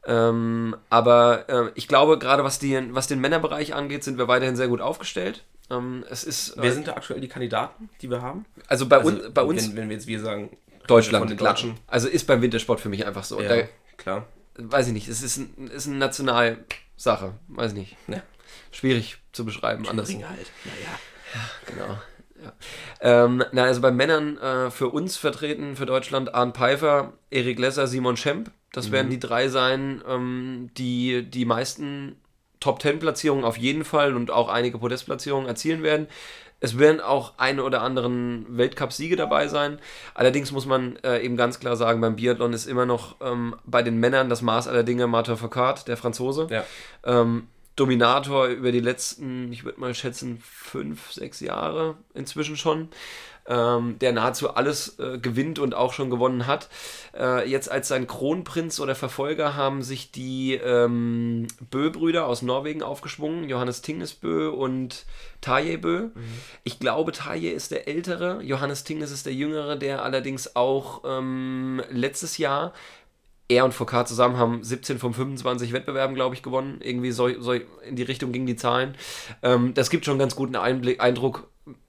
Ähm, aber äh, ich glaube, gerade was, die, was den Männerbereich angeht, sind wir weiterhin sehr gut aufgestellt. Ähm, es ist, äh, Wer sind da aktuell die Kandidaten, die wir haben? also bei, Also, uns, bei uns Wenn, wenn wir jetzt wir sagen, Deutschland, von den klar. Deutschen. Also ist beim Wintersport für mich einfach so. Ja, Da, klar. weiß ich nicht, es ist, ein, ist eine Nationalsache. Weiß ich nicht. Ja. Schwierig zu beschreiben. Anders. Ring halt. Naja. Genau. Ja. Ähm, na, also bei Männern äh, für uns vertreten, für Deutschland, Arne Pfeiffer, Erik Lesser, Simon Schemp. Das werden die drei sein, ähm, die die meisten Top-Zehn-Platzierungen auf jeden Fall und auch einige Podestplatzierungen erzielen werden. Es werden auch eine oder anderen Weltcup-Siege dabei sein. Allerdings muss man äh, eben ganz klar sagen, beim Biathlon ist immer noch ähm, bei den Männern das Maß aller Dinge Martin Fourcade, der Franzose. Ja. Ähm, Dominator über die letzten, ich würde mal schätzen, fünf, sechs Jahre inzwischen schon, ähm, der nahezu alles äh, gewinnt und auch schon gewonnen hat. Äh, jetzt als sein Kronprinz oder Verfolger haben sich die ähm, Bö-Brüder aus Norwegen aufgeschwungen, Johannes Tingnes Bö und Tarjei Bö. Ich glaube, Tarjei ist der Ältere, Johannes Tingnes ist der Jüngere, der allerdings auch ähm, letztes Jahr er und Fourcade zusammen haben siebzehn von fünfundzwanzig Wettbewerben, glaube ich, gewonnen. Irgendwie so, so in die Richtung gingen die Zahlen. Ähm, das gibt schon einen ganz guten Einblick, Eindruck,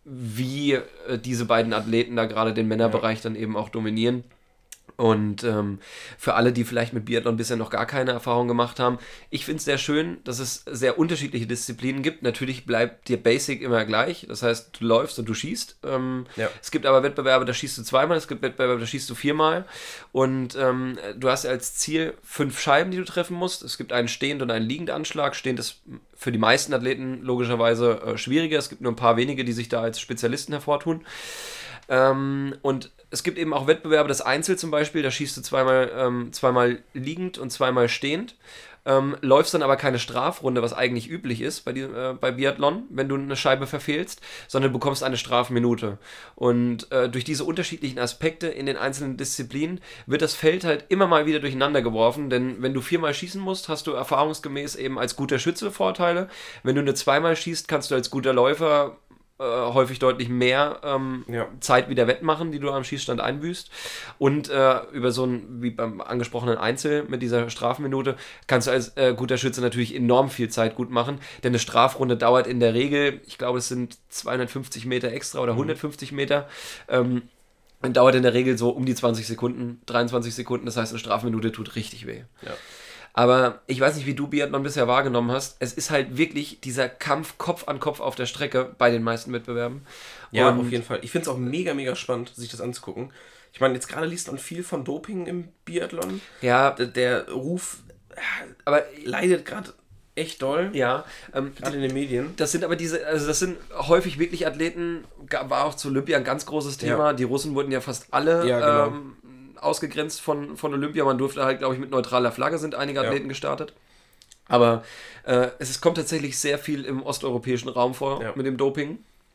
wie äh, diese beiden Athleten da gerade den Männerbereich dann eben auch dominieren. Und ähm, für alle, die vielleicht mit Biathlon bisher noch gar keine Erfahrung gemacht haben, ich finde es sehr schön, dass es sehr unterschiedliche Disziplinen gibt. Natürlich bleibt dir Basic immer gleich, das heißt, du läufst und du schießt. Ähm, Ja. Es gibt aber Wettbewerbe, da schießt du zweimal, es gibt Wettbewerbe, da schießt du viermal. Und ähm, du hast als Ziel fünf Scheiben, die du treffen musst. Es gibt einen Stehend- und einen Liegendanschlag. Stehend ist für die meisten Athleten logischerweise äh, schwieriger. Es gibt nur ein paar wenige, die sich da als Spezialisten hervortun. Ähm, und es gibt eben auch Wettbewerbe, das Einzel zum Beispiel, da schießt du zweimal, ähm, zweimal liegend und zweimal stehend. Ähm, läufst dann aber keine Strafrunde, was eigentlich üblich ist bei, die, äh, bei Biathlon, wenn du eine Scheibe verfehlst, sondern du bekommst eine Strafminute. Und äh, durch diese unterschiedlichen Aspekte in den einzelnen Disziplinen wird das Feld halt immer mal wieder durcheinander geworfen, denn wenn du viermal schießen musst, hast du erfahrungsgemäß eben als guter Schütze Vorteile. Wenn du eine zweimal schießt, kannst du als guter Läufer äh, häufig deutlich mehr ähm, Ja. Zeit wieder wettmachen, die du am Schießstand einbüßt. Und äh, über so ein, wie beim angesprochenen Einzel mit dieser Strafminute, kannst du als äh, guter Schütze natürlich enorm viel Zeit gut machen, denn eine Strafrunde dauert in der Regel, ich glaube, es sind zweihundertfünfzig Meter extra oder hundertfünfzig Meter, ähm, und dauert in der Regel so um die zwanzig Sekunden, dreiundzwanzig Sekunden, das heißt, eine Strafminute tut richtig weh. Ja. Aber ich weiß nicht, wie du Biathlon bisher wahrgenommen hast. Es ist halt wirklich dieser Kampf Kopf an Kopf auf der Strecke bei den meisten Wettbewerben. Ja, Und auf jeden Fall. Ich finde es auch mega, mega spannend, sich das anzugucken. Ich meine, jetzt gerade liest man viel von Doping im Biathlon. Ja, Der, der Ruf aber leidet gerade echt doll, ja, ähm, gerade in den Medien. das sind aber diese, also das sind häufig wirklich Athleten, ga- war auch zu Olympia ein ganz großes Thema. Ja. Die Russen wurden ja fast alle Ja, genau. ähm, ausgegrenzt von, von Olympia. Man durfte halt, glaube ich, mit neutraler Flagge sind einige Ja. Athleten gestartet. Aber äh, es ist, kommt tatsächlich sehr viel im osteuropäischen Raum vor Ja. mit dem Doping.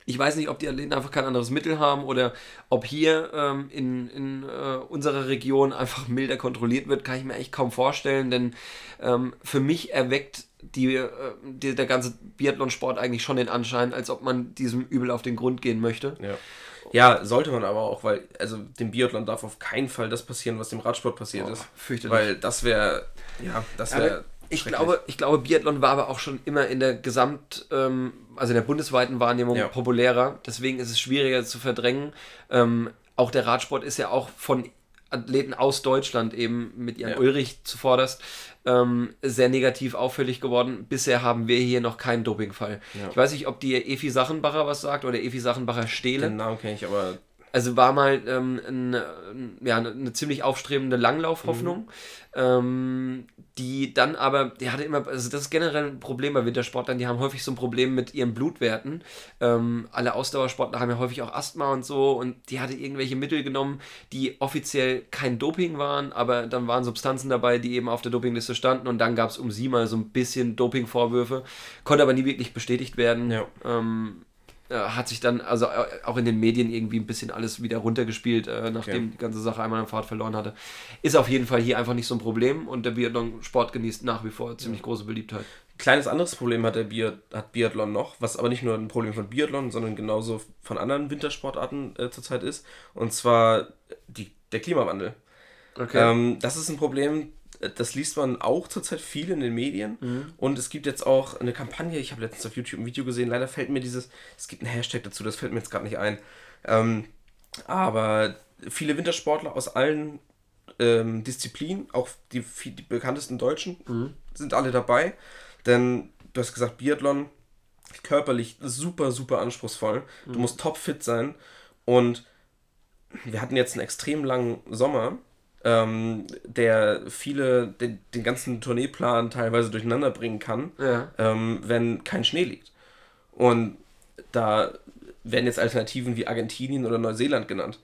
Ich weiß nicht, ob die Athleten einfach kein anderes Mittel haben oder ob hier ähm, in, in äh, unserer Region einfach milder kontrolliert wird, kann ich mir echt kaum vorstellen, denn ähm, für mich erweckt die, äh, die, der ganze Biathlonsport eigentlich schon den Anschein, als ob man diesem Übel auf den Grund gehen möchte. Ja. Ja, sollte man aber auch, weil also dem Biathlon darf auf keinen Fall das passieren, was dem Radsport passiert Oh, ist. fürchterlich. Weil das wäre, ja, das wäre Ich glaube, ich glaube, Biathlon war aber auch schon immer in der Gesamt, ähm, also in der bundesweiten Wahrnehmung Ja. populärer. Deswegen ist es schwieriger zu verdrängen. Ähm, auch der Radsport ist ja auch von Athleten aus Deutschland eben mit Jan Ja. Ulrich zuvorderst ähm, sehr negativ auffällig geworden. Bisher haben wir hier noch keinen Dopingfall. Ja. Ich weiß nicht, ob dir Efi Sachenbacher was sagt oder Efi Sachenbacher Stehle. Den Namen kenne ich, aber Also war mal ähm, ein, ja, eine, eine ziemlich aufstrebende Langlaufhoffnung, mhm. ähm, die dann aber, die hatte immer, also das ist generell ein Problem bei Wintersportlern, die haben häufig so ein Problem mit ihren Blutwerten. Ähm, alle Ausdauersportler haben ja häufig auch Asthma und so und die hatte irgendwelche Mittel genommen, die offiziell kein Doping waren, aber dann waren Substanzen dabei, die eben auf der Dopingliste standen und dann gab es um sie mal so ein bisschen Dopingvorwürfe, konnte aber nie wirklich bestätigt werden. Ja. Ähm, hat sich dann also auch in den Medien irgendwie ein bisschen alles wieder runtergespielt, äh, nachdem Okay. die ganze Sache einmal an Fahrt verloren hatte. Ist auf jeden Fall hier einfach nicht so ein Problem und der Biathlon-Sport genießt nach wie vor ziemlich große Beliebtheit. kleines anderes Problem hat der Biat- hat Biathlon noch, was aber nicht nur ein Problem von Biathlon, sondern genauso von anderen Wintersportarten äh, zurzeit ist, und zwar die, der Klimawandel. Okay. Ähm, das ist ein Problem, das liest man auch zurzeit viel in den Medien. Mhm. Und es gibt jetzt auch eine Kampagne, ich habe letztens auf YouTube ein Video gesehen, leider fällt mir dieses, es gibt einen Hashtag dazu, das fällt mir jetzt gerade nicht ein. Ähm, aber viele Wintersportler aus allen ähm, Disziplinen, auch die, die bekanntesten Deutschen, mhm. sind alle dabei. Denn du hast gesagt, Biathlon, körperlich super, super anspruchsvoll. Mhm. Du musst topfit sein. Und wir hatten jetzt einen extrem langen Sommer, Ähm, der viele, den, den ganzen Tourneeplan teilweise durcheinander bringen kann, Ja. ähm, wenn kein Schnee liegt. Und da werden jetzt Alternativen wie Argentinien oder Neuseeland genannt.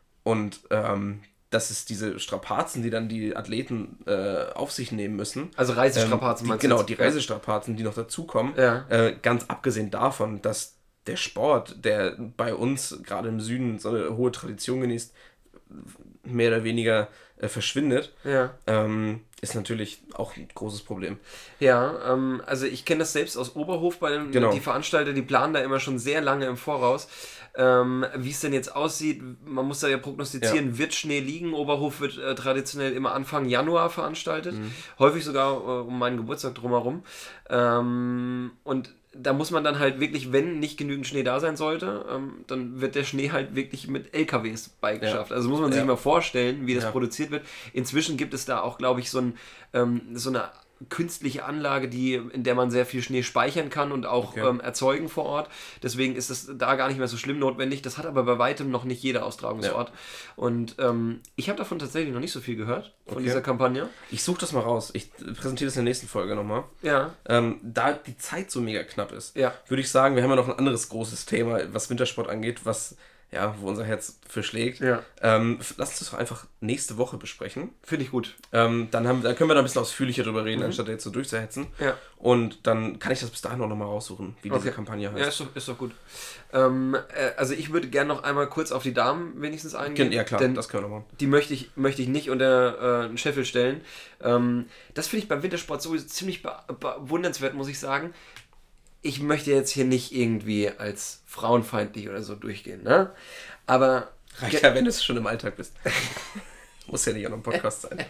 Und ähm, das ist diese Strapazen, die dann die Athleten äh, auf sich nehmen müssen. Also Reisestrapazen ähm, die, meinst du Genau, jetzt? die Reisestrapazen, die noch dazukommen. Ja. Äh, ganz abgesehen davon, dass der Sport, der bei uns gerade im Süden so eine hohe Tradition genießt, mehr oder weniger äh, verschwindet, Ja. ähm, ist natürlich auch ein großes Problem. Ja, ähm, also ich kenne das selbst aus Oberhof, bei den Genau. die Veranstalter, die planen da immer schon sehr lange im Voraus. Ähm, wie es denn jetzt aussieht, man muss da ja prognostizieren, Ja. wird Schnee liegen. Oberhof wird äh, traditionell immer Anfang Januar veranstaltet, Mhm. häufig sogar äh, um meinen Geburtstag drumherum. Ähm, und da muss man dann halt wirklich, wenn nicht genügend Schnee da sein sollte, ähm, dann wird der Schnee halt wirklich mit L K Ws beigeschafft. Ja. Also muss man sich Ja. mal vorstellen, wie das Ja. produziert wird. Inzwischen gibt es da auch, glaube ich, so, ein, ähm, so eine künstliche Anlage, die, in der man sehr viel Schnee speichern kann und auch Okay. ähm, erzeugen vor Ort. Deswegen ist es da gar nicht mehr so schlimm notwendig. Das hat aber bei weitem noch nicht jeder Austragungsort. Und ähm, ich habe davon tatsächlich noch nicht so viel gehört, von Okay. dieser Kampagne. Ich suche das mal raus. Ich präsentiere das in der nächsten Folge nochmal. Ja, Ähm, da die Zeit so mega knapp ist, Ja. würde ich sagen, wir haben ja noch ein anderes großes Thema, was Wintersport angeht, was ja, wo unser Herz für schlägt. Ja. Ähm, f- lass uns das doch einfach nächste Woche besprechen. finde ich gut. Ähm, dann, haben, dann können wir da ein bisschen ausführlicher drüber reden, anstatt jetzt so durchzuhetzen. Ja. Und dann kann ich das bis dahin auch nochmal raussuchen, wie diese Okay. Kampagne heißt. Ja, ist doch, ist doch gut. Ähm, äh, also ich würde gerne noch einmal kurz auf die Damen wenigstens eingehen. Ja, klar, denn das können wir noch machen. die möchte ich, möchte ich nicht unter äh, einen Scheffel stellen. Ähm, das finde ich beim Wintersport sowieso ziemlich be bewundernswert, muss ich sagen. Ich möchte jetzt hier nicht irgendwie als frauenfeindlich oder so durchgehen, ne? Aber Reicht ja, wenn du es schon im Alltag bist. Muss ja nicht auch noch ein Podcast sein.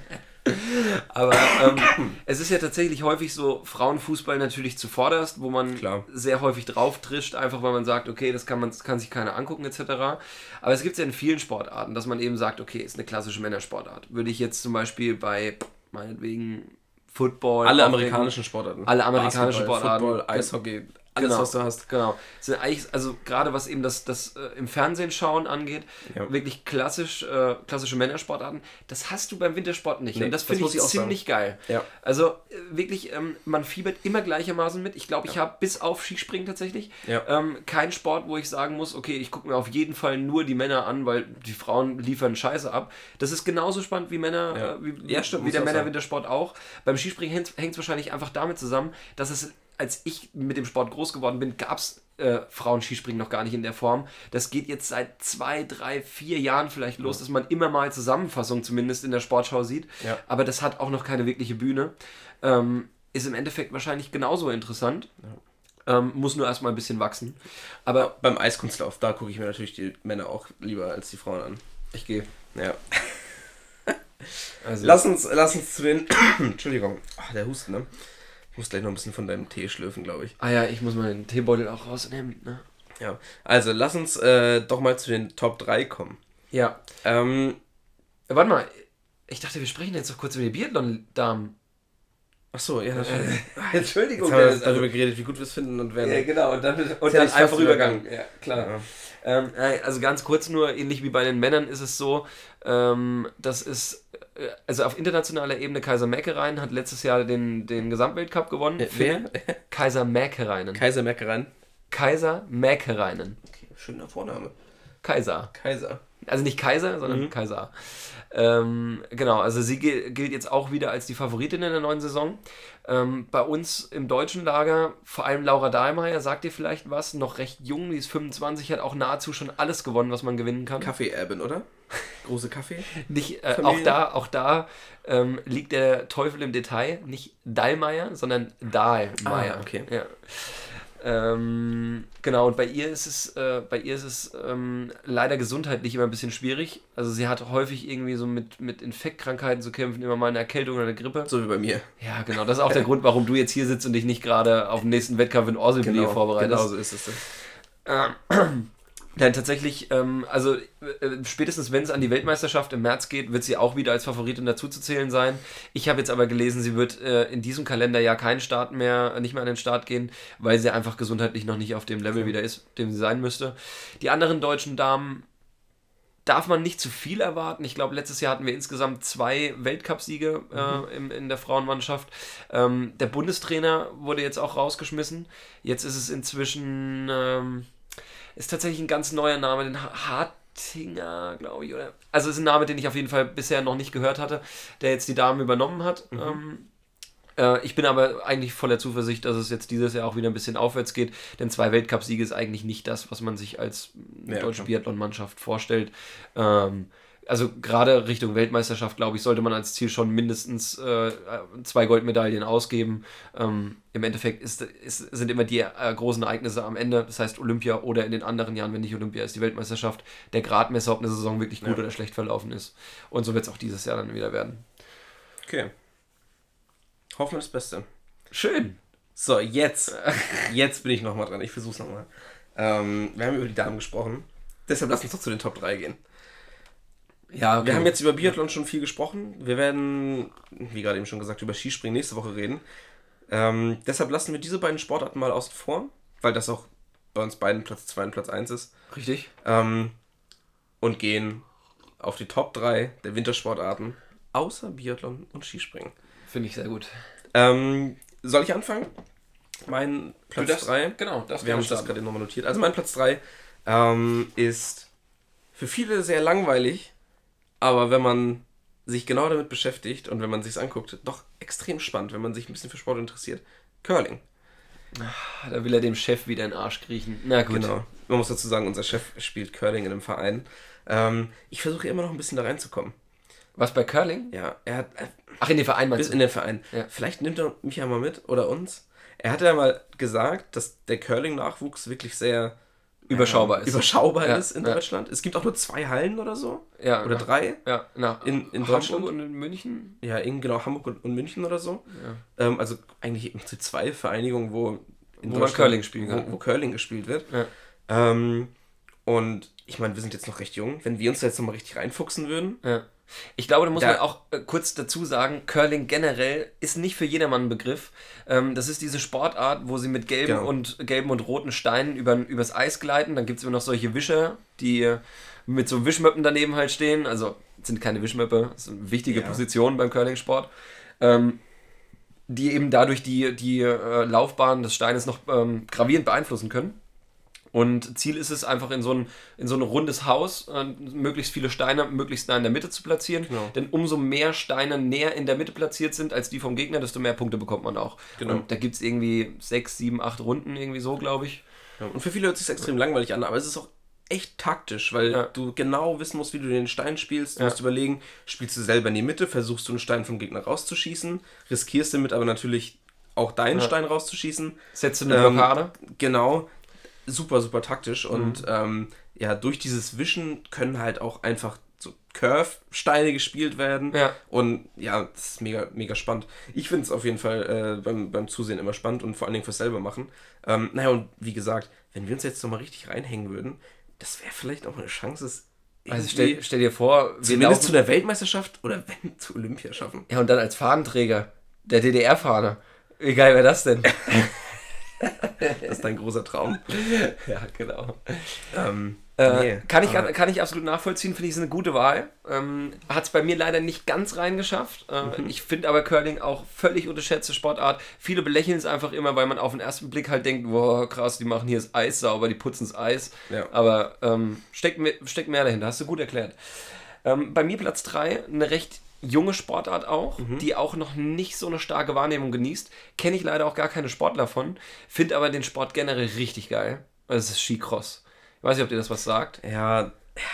Aber ähm, es ist ja tatsächlich häufig so, Frauenfußball natürlich zuvorderst, wo man Klar. sehr häufig drauf trischt, einfach weil man sagt, okay, das kann, man, das kann sich keiner angucken et cetera. Aber es gibt es ja in vielen Sportarten, dass man eben sagt, okay, ist eine klassische Männersportart. Würde ich jetzt zum Beispiel bei, meinetwegen, Football... Alle aufregen. amerikanischen Sportarten. Alle amerikanischen Basketball, Sportarten. Football, Eishockey, alles, Genau. was du hast. Genau. Das sind eigentlich, also gerade was eben das, das äh, im Fernsehen schauen angeht, Ja. wirklich klassisch, äh, klassische Männersportarten, das hast du beim Wintersport nicht. Nee, und das das finde muss ich ich auch ziemlich geil. Ja. Also äh, wirklich, ähm, man fiebert immer gleichermaßen mit. Ich glaube, ich habe bis auf Skispringen tatsächlich Ja. ähm, keinen Sport, wo ich sagen muss, okay, ich gucke mir auf jeden Fall nur die Männer an, weil die Frauen liefern Scheiße ab. Das ist genauso spannend wie Männer, Ja. äh, wie, Ja, stimmt, wie muss der auch sein. Männerwintersport auch. Beim Skispringen hängt es wahrscheinlich einfach damit zusammen, dass es, als ich mit dem Sport groß geworden bin, gab es äh, Frauen-Skispringen noch gar nicht in der Form. Das geht jetzt seit zwei, drei, vier Jahren vielleicht los, ja. dass man immer mal Zusammenfassungen zumindest in der Sportschau sieht. Ja. Aber das hat auch noch keine wirkliche Bühne. Ähm, ist im Endeffekt wahrscheinlich genauso interessant. Ja. Ähm, muss nur erstmal ein bisschen wachsen. Aber beim Eiskunstlauf, da gucke ich mir natürlich die Männer auch lieber als die Frauen an. Ich gehe. Ja. Also. Lass uns, lass uns zu den... Entschuldigung. Ach, der Husten, ne? Ich muss gleich noch ein bisschen von deinem Tee schlürfen, glaube ich. Ah ja, ich muss mal den Teebeutel auch rausnehmen, ne? Ja, also lass uns äh, doch mal zu den Top drei kommen. Ja. Ähm, Warte mal, ich dachte, wir sprechen jetzt noch kurz über die Biathlon-Damen. Ach so, ja, natürlich. Äh, Entschuldigung. Jetzt haben wir also, darüber geredet, wie gut wir es finden und werden... Ja, genau, und dann, und dann einfach rübergegangen. Ja, klar. Ja. Ähm, also ganz kurz nur, ähnlich wie bei den Männern ist es so, ähm, dass es, äh, also auf internationaler Ebene Kaiser Mäkereinen hat letztes Jahr den, den Gesamtweltcup gewonnen. Äh, wer? Kaiser Mäkereinen. Kaiser Mäkereinen? Kaiser Mäkereinen. Okay, schöner Vorname. Kaiser. Kaiser. Also nicht Kaiser, sondern mhm. Kaiser. Ähm, genau, also sie gilt jetzt auch wieder als die Favoritin in der neuen Saison. Ähm, bei uns im deutschen Lager, vor allem Laura Dahlmeier, sagt ihr vielleicht was, noch recht jung, die ist fünfundzwanzig, hat auch nahezu schon alles gewonnen, was man gewinnen kann. Kaffee-Erben, oder? Große Kaffee? Nicht, äh, auch da, auch da ähm, liegt der Teufel im Detail, nicht Dahlmeier, sondern Dahlmeier. Ah, okay. Ja. Ähm, genau, und bei ihr ist es, äh, bei ihr ist es ähm, leider gesundheitlich immer ein bisschen schwierig. Also sie hat häufig irgendwie so mit, mit Infektkrankheiten zu kämpfen, immer mal eine Erkältung oder eine Grippe. So wie bei mir. Ja, genau. Das ist auch der Grund, warum du jetzt hier sitzt und dich nicht gerade auf den nächsten Wettkampf in Orselbier genau, vorbereitest. Genau so ist es. Ähm, Nein, tatsächlich, ähm, also äh, spätestens wenn es an die Weltmeisterschaft im März geht, wird sie auch wieder als Favoritin dazuzuzählen sein. Ich habe jetzt aber gelesen, sie wird äh, in diesem Kalenderjahr keinen Start mehr, nicht mehr an den Start gehen, weil sie einfach gesundheitlich noch nicht auf dem Level wieder ist, dem sie sein müsste. Die anderen deutschen Damen darf man nicht zu viel erwarten. Ich glaube, letztes Jahr hatten wir insgesamt zwei Weltcupsiege äh, mhm. in, in der Frauenmannschaft. Ähm, der Bundestrainer wurde jetzt auch rausgeschmissen. Jetzt ist es inzwischen... Ähm, ist tatsächlich ein ganz neuer Name, den Hartinger, glaube ich, oder? Also ist ein Name, den ich auf jeden Fall bisher noch nicht gehört hatte, der jetzt die Damen übernommen hat. Mhm. Ähm, äh, ich bin aber eigentlich voller Zuversicht, dass es jetzt dieses Jahr auch wieder ein bisschen aufwärts geht, denn zwei Weltcupsiege ist eigentlich nicht das, was man sich als ja, deutsche Biathlon-Mannschaft vorstellt. Ähm, also gerade Richtung Weltmeisterschaft, glaube ich, sollte man als Ziel schon mindestens äh, zwei Goldmedaillen ausgeben. Ähm, Im Endeffekt ist, ist, sind immer die äh, großen Ereignisse am Ende, das heißt Olympia oder in den anderen Jahren, wenn nicht Olympia ist, die Weltmeisterschaft, der Gradmesser, ob eine Saison wirklich gut ja. oder schlecht verlaufen ist. Und so wird es auch dieses Jahr dann wieder werden. Okay. Hoffen wir das Beste. Schön. So, jetzt. Jetzt bin ich nochmal dran. Ich versuch's nochmal. Ähm, wir haben über die Damen gesprochen. Deshalb lass uns doch zu den Top drei gehen. Ja, okay. Wir haben jetzt über Biathlon schon viel gesprochen. Wir werden, wie gerade eben schon gesagt, über Skispringen nächste Woche reden. Ähm, deshalb lassen wir diese beiden Sportarten mal außen vor, weil das auch bei uns beiden Platz zwei und Platz eins ist. Richtig. Ähm, und gehen auf die Top drei der Wintersportarten, außer Biathlon und Skispringen. Finde ich sehr gut. Ähm, soll ich anfangen? Mein Platz drei. Genau, das Wir haben uns das gerade nochmal notiert. Also mein Platz drei ähm, ist für viele sehr langweilig, aber wenn man sich genau damit beschäftigt und wenn man sich anguckt, doch extrem spannend, wenn man sich ein bisschen für Sport interessiert. Curling. Ach, da will er dem Chef wieder in den Arsch kriechen. Na gut. Genau. Man muss dazu sagen, unser Chef spielt Curling in einem Verein. Ähm, ich versuche immer noch ein bisschen da reinzukommen. Was, bei Curling? Ja, er hat... Äh, Ach, in den Verein meinst du? In den Verein. Ja. Vielleicht nimmt er mich ja mal mit oder uns. Er hat ja mal gesagt, dass der Curling-Nachwuchs wirklich sehr... Überschaubar ist. Überschaubar ja, ist in ja. Deutschland. Es gibt auch nur zwei Hallen oder so. Ja. Oder nach, drei. Ja, nach in, in Hamburg Deutschland. Und in München. Ja, in genau Hamburg und, und München oder so. Ja. Ähm, also eigentlich zu zwei Vereinigungen, wo in wo man Curling spielen kann. Wo, wo Curling gespielt wird. Ja. Ähm, und ich meine, wir sind jetzt noch recht jung. Wenn wir uns da jetzt nochmal richtig reinfuchsen würden. Ja. Ich glaube, da muss da, man auch äh, kurz dazu sagen, Curling generell ist nicht für jedermann ein Begriff. Ähm, das ist diese Sportart, wo sie mit gelben, genau. und, gelben und roten Steinen über, übers Eis gleiten. Dann gibt es immer noch solche Wischer, die äh, mit so Wischmöppen daneben halt stehen. Also sind keine Wischmöppe, das sind wichtige ja. Positionen beim Curling-Sport. Ähm, die eben dadurch die, die äh, Laufbahn des Steines noch ähm, gravierend beeinflussen können. Und Ziel ist es einfach in so ein, in so ein rundes Haus, äh, möglichst viele Steine möglichst nah in der Mitte zu platzieren. Genau. Denn umso mehr Steine näher in der Mitte platziert sind als die vom Gegner, desto mehr Punkte bekommt man auch. Genau. Und da gibt es irgendwie sechs, sieben, acht Runden irgendwie so, glaube ich. Ja, und für viele hört es sich extrem langweilig an, aber es ist auch echt taktisch, weil Ja. du genau wissen musst, wie du den Stein spielst. Du Ja. musst überlegen, spielst du selber in die Mitte, versuchst du einen Stein vom Gegner rauszuschießen, riskierst damit aber natürlich auch deinen Ja. Stein rauszuschießen. Setzt du eine Ähm, Blockade? Genau, super, super taktisch. Mhm. Und ähm, ja, durch dieses Wischen können halt auch einfach so Curve-Steine gespielt werden. Ja. Und ja, das ist mega, mega spannend. Ich finde es auf jeden Fall äh, beim, beim Zusehen immer spannend und vor allen Dingen fürs selber machen. Ähm, naja, und wie gesagt, wenn wir uns jetzt nochmal richtig reinhängen würden, das wäre vielleicht auch mal eine Chance, es Also irgendwie stell, stell dir vor, wir zumindest zu laufen, der Weltmeisterschaft oder wenn zu Olympia schaffen. ja, und dann als Fahnenträger der D D R-Fahne. Wie geil wäre das denn? Das ist dein großer Traum. Ja, genau. Ähm, Äh, nee, kann, ich, aber- kann ich absolut nachvollziehen, finde ich, ist eine gute Wahl. Ähm, Hat es bei mir leider nicht ganz reingeschafft. Äh, Mhm. Ich finde aber Curling auch völlig unterschätzte Sportart. Viele belächeln es einfach immer, weil man auf den ersten Blick halt denkt, wow, krass, die machen hier das Eis sauber, die putzen das Eis. Ja. Aber ähm, steckt, me- steckt mehr dahinter, hast du gut erklärt. Ähm, bei mir Platz drei, eine recht junge Sportart auch, Mhm. die auch noch nicht so eine starke Wahrnehmung genießt. Kenne ich leider auch gar keine Sportler von, finde aber den Sport generell richtig geil. Das ist Skicross. Ich weiß nicht, ob dir das was sagt. Ja,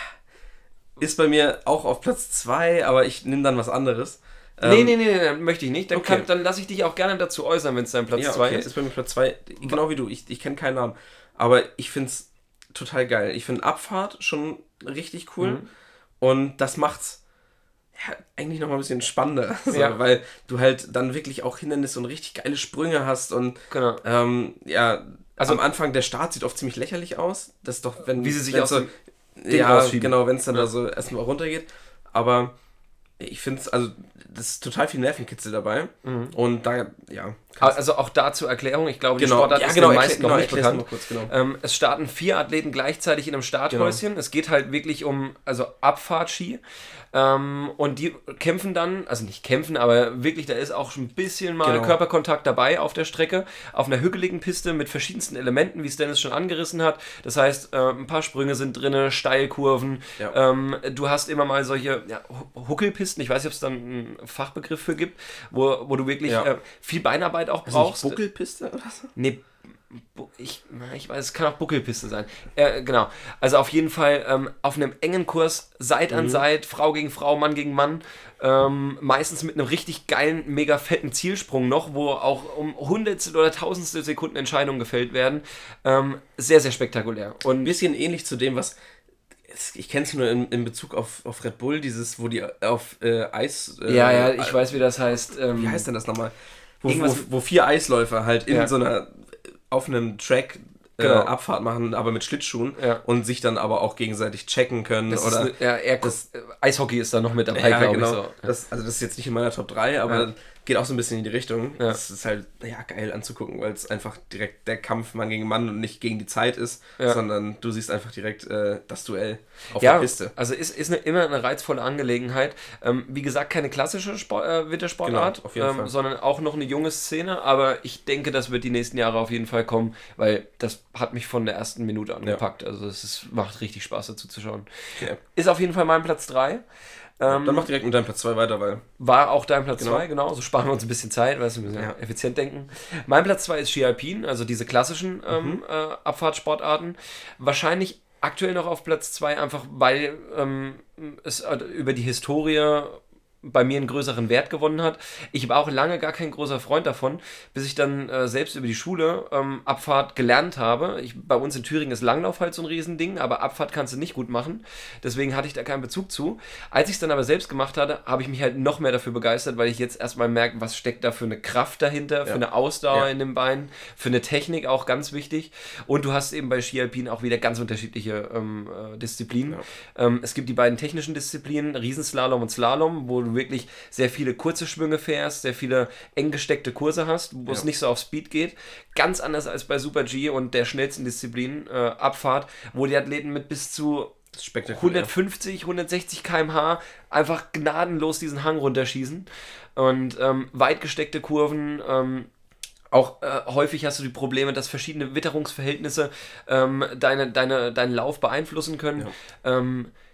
ist bei mir auch auf Platz zwei, aber ich nehme dann was anderes. Nee, Ähm, nee, nee, nee, möchte ich nicht. Dann, okay. kann- dann lasse ich dich auch gerne dazu äußern, wenn es dein Platz Ja, zwei okay, ist. ist bei mir Platz zwei, genau wie du. Ich, ich kenne keinen Namen. Aber ich finde es total geil. Ich finde Abfahrt schon richtig cool. Mhm. Und das macht's ja, eigentlich nochmal ein bisschen spannender. So, Ja. Weil du halt dann wirklich auch Hindernisse und richtig geile Sprünge hast. Und Genau. ähm, ja, Also- am Anfang der Start sieht oft ziemlich lächerlich aus. Das ist doch, wenn Wie sie sich wenn's aus dem Ding ja, rausschieben. genau, wenn es dann Ja. da so erstmal runtergeht. Aber ich finde es, also, das ist total viel Nervenkitzel dabei. Mhm. Und da, ja. kannst- Also auch da zur Erklärung, ich glaube, die genau, Sportart ja, ist genau, den erklär- meisten genau, noch nicht erklär's bekannt. mal kurz, genau. Ähm, es starten vier Athleten gleichzeitig in einem Starthäuschen. Es geht halt wirklich um also Abfahrtski. Ähm, und die kämpfen dann, also nicht kämpfen, aber wirklich, da ist auch schon ein bisschen mal Genau. Körperkontakt dabei auf der Strecke. Auf einer hügeligen Piste mit verschiedensten Elementen, wie es Dennis schon angerissen hat. Das heißt, äh, ein paar Sprünge sind drin, Steilkurven. Ja. Ähm, du hast immer mal solche ja, Hu- Huckelpisten, ich weiß nicht, ob es dann einen Fachbegriff für gibt, wo, wo du wirklich Ja. äh, viel Beinarbeit auch Also nicht brauchst. Buckelpiste oder so? Nee, Bu- ich, na, ich weiß, es kann auch Buckelpiste sein. Äh, genau. Also auf jeden Fall ähm, auf einem engen Kurs, Seit an Seit, Frau gegen Frau, Mann gegen Mann. Ähm, meistens mit einem richtig geilen, mega fetten Zielsprung noch, wo auch um Hundertstel oder Tausendstel Sekunden Entscheidungen gefällt werden. Ähm, sehr, sehr spektakulär. Ein Und bisschen ähnlich zu dem, was. Ich kenne es nur in, in Bezug auf, auf Red Bull, dieses, wo die auf äh, Eis. Äh, ja, ja, ich weiß, wie das heißt. Ähm, Wie heißt denn das nochmal? Wo, wo, Irgendwas- wo vier Eisläufer halt in Ja. so einer. Auf einem Track. Äh, Genau. Abfahrt machen, aber mit Schlittschuhen Ja. und sich dann aber auch gegenseitig checken können. Das oder ist eine, ja, eher, das- äh, Eishockey ist da noch mit dabei, ja, glaube genau. ich. So. Das, also das ist jetzt nicht in meiner Top drei, aber Ja. geht auch so ein bisschen in die Richtung. Ja. Das ist halt ja, geil anzugucken, weil es einfach direkt der Kampf Mann gegen Mann und nicht gegen die Zeit ist, Ja. sondern du siehst einfach direkt äh, das Duell auf Ja, der Piste. also ist, ist eine, immer eine reizvolle Angelegenheit. Ähm, wie gesagt, keine klassische Sport, äh, Wintersportart, Genau, auf jeden ähm, Fall. sondern auch noch eine junge Szene. Aber ich denke, das wird die nächsten Jahre auf jeden Fall kommen, weil das hat mich von der ersten Minute angepackt. Also es ist, macht richtig Spaß dazu zu schauen. Okay. Ist auf jeden Fall mein Platz drei. Ähm, Dann mach direkt mit deinem Platz zwei weiter, weil war auch dein Platz Genau. zwei, genau. So sparen wir uns ein bisschen Zeit, weil wir müssen ja Ja. effizient denken. Mein Platz zwei ist Ski Alpin, also diese klassischen ähm, Mhm. äh, Abfahrtsportarten. Wahrscheinlich aktuell noch auf Platz zwei, einfach weil ähm, es äh, über die Historie bei mir einen größeren Wert gewonnen hat. Ich war auch lange gar kein großer Freund davon, bis ich dann äh, selbst über die Schule ähm, Abfahrt gelernt habe. Ich, bei uns in Thüringen ist Langlauf halt so ein Riesending, aber Abfahrt kannst du nicht gut machen. Deswegen hatte ich da keinen Bezug zu. Als ich es dann aber selbst gemacht hatte, habe ich mich halt noch mehr dafür begeistert, weil ich jetzt erstmal merke, was steckt da für eine Kraft dahinter, für Ja. eine Ausdauer Ja. in den Beinen, für eine Technik auch ganz wichtig. Und du hast eben bei Ski Alpin auch wieder ganz unterschiedliche ähm, äh, Disziplinen. Ähm, es gibt die beiden technischen Disziplinen, Riesenslalom und Slalom, wo du wirklich sehr viele kurze Schwünge fährst, sehr viele eng gesteckte Kurse hast, wo es Ja. nicht so auf Speed geht. Ganz anders als bei Super G und der schnellsten Disziplin, äh, Abfahrt, wo die Athleten mit bis zu das ist spektakulär. hundertfünfzig, hundertsechzig Kilometer pro Stunde einfach gnadenlos diesen Hang runterschießen. Und ähm, weit gesteckte Kurven, ähm, auch äh, häufig hast du die Probleme, dass verschiedene Witterungsverhältnisse ähm, deine, deine, deinen Lauf beeinflussen können. Ähm,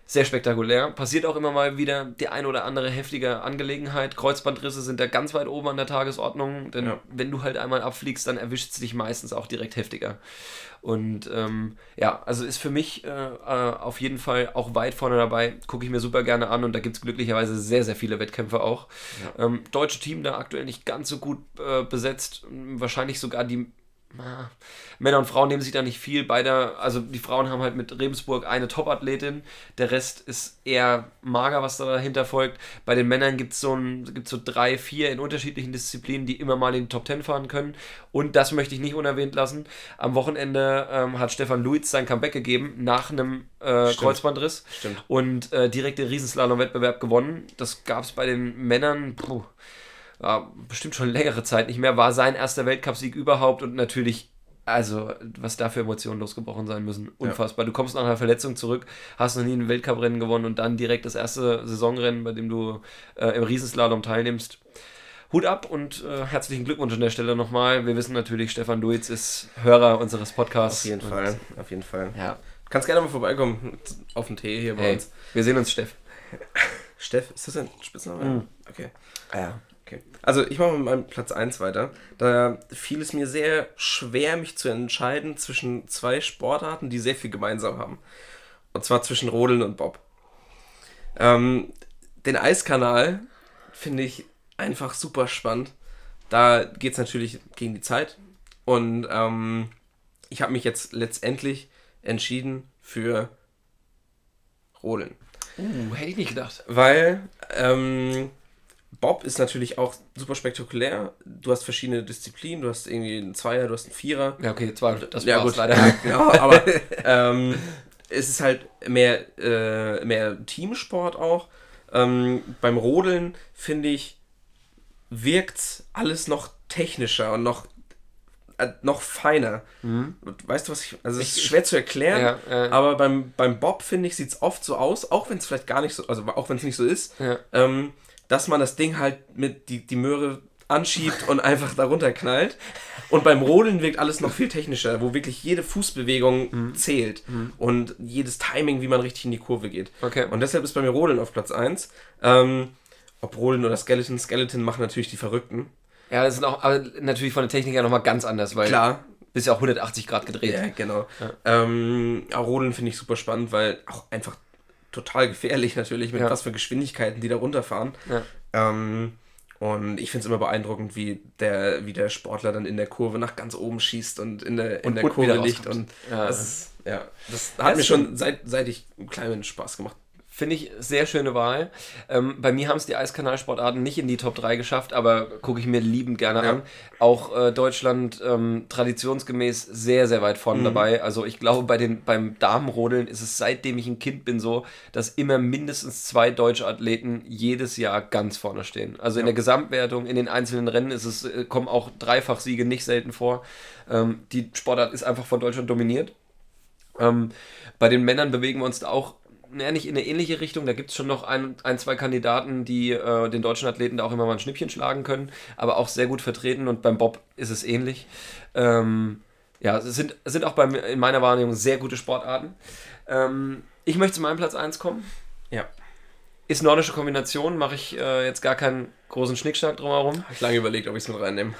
sehr spektakulär. Passiert auch immer mal wieder die ein oder andere heftige Angelegenheit. Kreuzbandrisse sind da ganz weit oben an der Tagesordnung, denn Ja. wenn du halt einmal abfliegst, dann erwischt es dich meistens auch direkt heftiger. Und ähm, ja, also ist für mich äh, äh, auf jeden Fall auch weit vorne dabei, gucke ich mir super gerne an und da gibt es glücklicherweise sehr, sehr viele Wettkämpfe auch. Ja. Ähm, deutsche Team da aktuell nicht ganz so gut äh, besetzt, wahrscheinlich sogar die Ah, Männer und Frauen nehmen sich da nicht viel. Beide, also die Frauen haben halt mit Regensburg eine Top-Athletin, der Rest ist eher mager, was da dahinter folgt. Bei den Männern gibt es so, so drei, vier in unterschiedlichen Disziplinen, die immer mal in die Top Ten fahren können. Und das möchte ich nicht unerwähnt lassen. Am Wochenende ähm, hat Stefan Luiz sein Comeback gegeben nach einem äh, Kreuzbandriss. Stimmt. Und äh, direkt den Riesenslalom-Wettbewerb gewonnen. Das gab es bei den Männern. Puh. Ja, bestimmt schon längere Zeit nicht mehr, war sein erster Weltcupsieg überhaupt und natürlich, also was da für Emotionen losgebrochen sein müssen, unfassbar. Ja. Du kommst nach einer Verletzung zurück, hast noch nie ein Weltcuprennen gewonnen und dann direkt das erste Saisonrennen, bei dem du äh, im Riesenslalom teilnimmst. Hut ab und äh, herzlichen Glückwunsch an der Stelle nochmal. Wir wissen natürlich, Stefan Luiz ist Hörer unseres Podcasts. Auf jeden Fall, auf jeden Fall. Ja. Du kannst gerne mal vorbeikommen auf den Tee hier bei hey, uns. Wir sehen uns, Steff. Steff, ist das ein Spitzname? Mhm. Okay. Ja. Okay. Also ich mache mit meinem Platz eins weiter. Da fiel es mir sehr schwer, mich zu entscheiden zwischen zwei Sportarten, die sehr viel gemeinsam haben. Und zwar zwischen Rodeln und Bob. Ähm, den Eiskanal finde ich einfach super spannend. Da geht es natürlich gegen die Zeit. Und ähm, ich habe mich jetzt letztendlich entschieden für Rodeln. Uh, hätte ich nicht gedacht. Weil ähm, Bob ist natürlich auch super spektakulär. Du hast verschiedene Disziplinen. Du hast irgendwie einen Zweier, du hast einen Vierer. Ja, okay, zwar das ja, war's gut, leider. Genau, aber ähm, es ist halt mehr, äh, mehr Teamsport auch. Ähm, beim Rodeln, finde ich, wirkt alles noch technischer und noch, äh, noch feiner. Mhm. Weißt du, was ich... Also es ist schwer zu erklären, ja, äh, aber beim, beim Bob, finde ich, sieht es oft so aus, auch wenn es vielleicht gar nicht so... Also auch wenn es nicht so ist, ja. ähm, dass man das Ding halt mit die, die Möhre anschiebt und einfach darunter knallt. Und beim Rodeln wirkt alles noch viel technischer, wo wirklich jede Fußbewegung mhm. zählt mhm. und jedes Timing, wie man richtig in die Kurve geht. Okay. Und deshalb ist bei mir Rodeln auf Platz eins. Ähm, ob Rodeln oder Skeleton, Skeleton machen natürlich die Verrückten. Ja, das sind auch aber natürlich von der Technik her nochmal ganz anders, weil Klar. bist ja auch hundertachtzig Grad gedreht. Ja, genau. Ja. Ähm, auch Rodeln finde ich super spannend, weil auch einfach total gefährlich natürlich, mit ja. was für Geschwindigkeiten die da runterfahren. Ja. Ähm, und ich finde es immer beeindruckend, wie der, wie der Sportler dann in der Kurve nach ganz oben schießt und in der, in und der und Kurve liegt. Und ja. das, ist, ja, das hat das mir schon seit, seit ich klein bin Spaß gemacht. Finde ich sehr schöne Wahl. Ähm, bei mir haben es die Eiskanalsportarten nicht in die Top drei geschafft, aber gucke ich mir liebend gerne ja. an. Auch äh, Deutschland ähm, traditionsgemäß sehr, sehr weit vorne mhm. dabei. Also ich glaube, bei den, beim Damenrodeln ist es seitdem ich ein Kind bin so, dass immer mindestens zwei deutsche Athleten jedes Jahr ganz vorne stehen. Also in ja. der Gesamtwertung, in den einzelnen Rennen ist es, äh, kommen auch Dreifachsiege nicht selten vor. Ähm, die Sportart ist einfach von Deutschland dominiert. Ähm, bei den Männern bewegen wir uns da auch naja, nicht in eine ähnliche Richtung, da gibt es schon noch ein, ein, zwei Kandidaten, die äh, den deutschen Athleten da auch immer mal ein Schnippchen schlagen können, aber auch sehr gut vertreten und beim Bob ist es ähnlich. Ähm, ja, es sind, es sind auch bei, in meiner Wahrnehmung sehr gute Sportarten. Ähm, ich möchte zu meinem Platz eins kommen. Ja. Ist nordische Kombination, mache ich äh, jetzt gar keinen großen Schnickschnack drumherum. Habe ich lange überlegt, ob ich es mit reinnehme.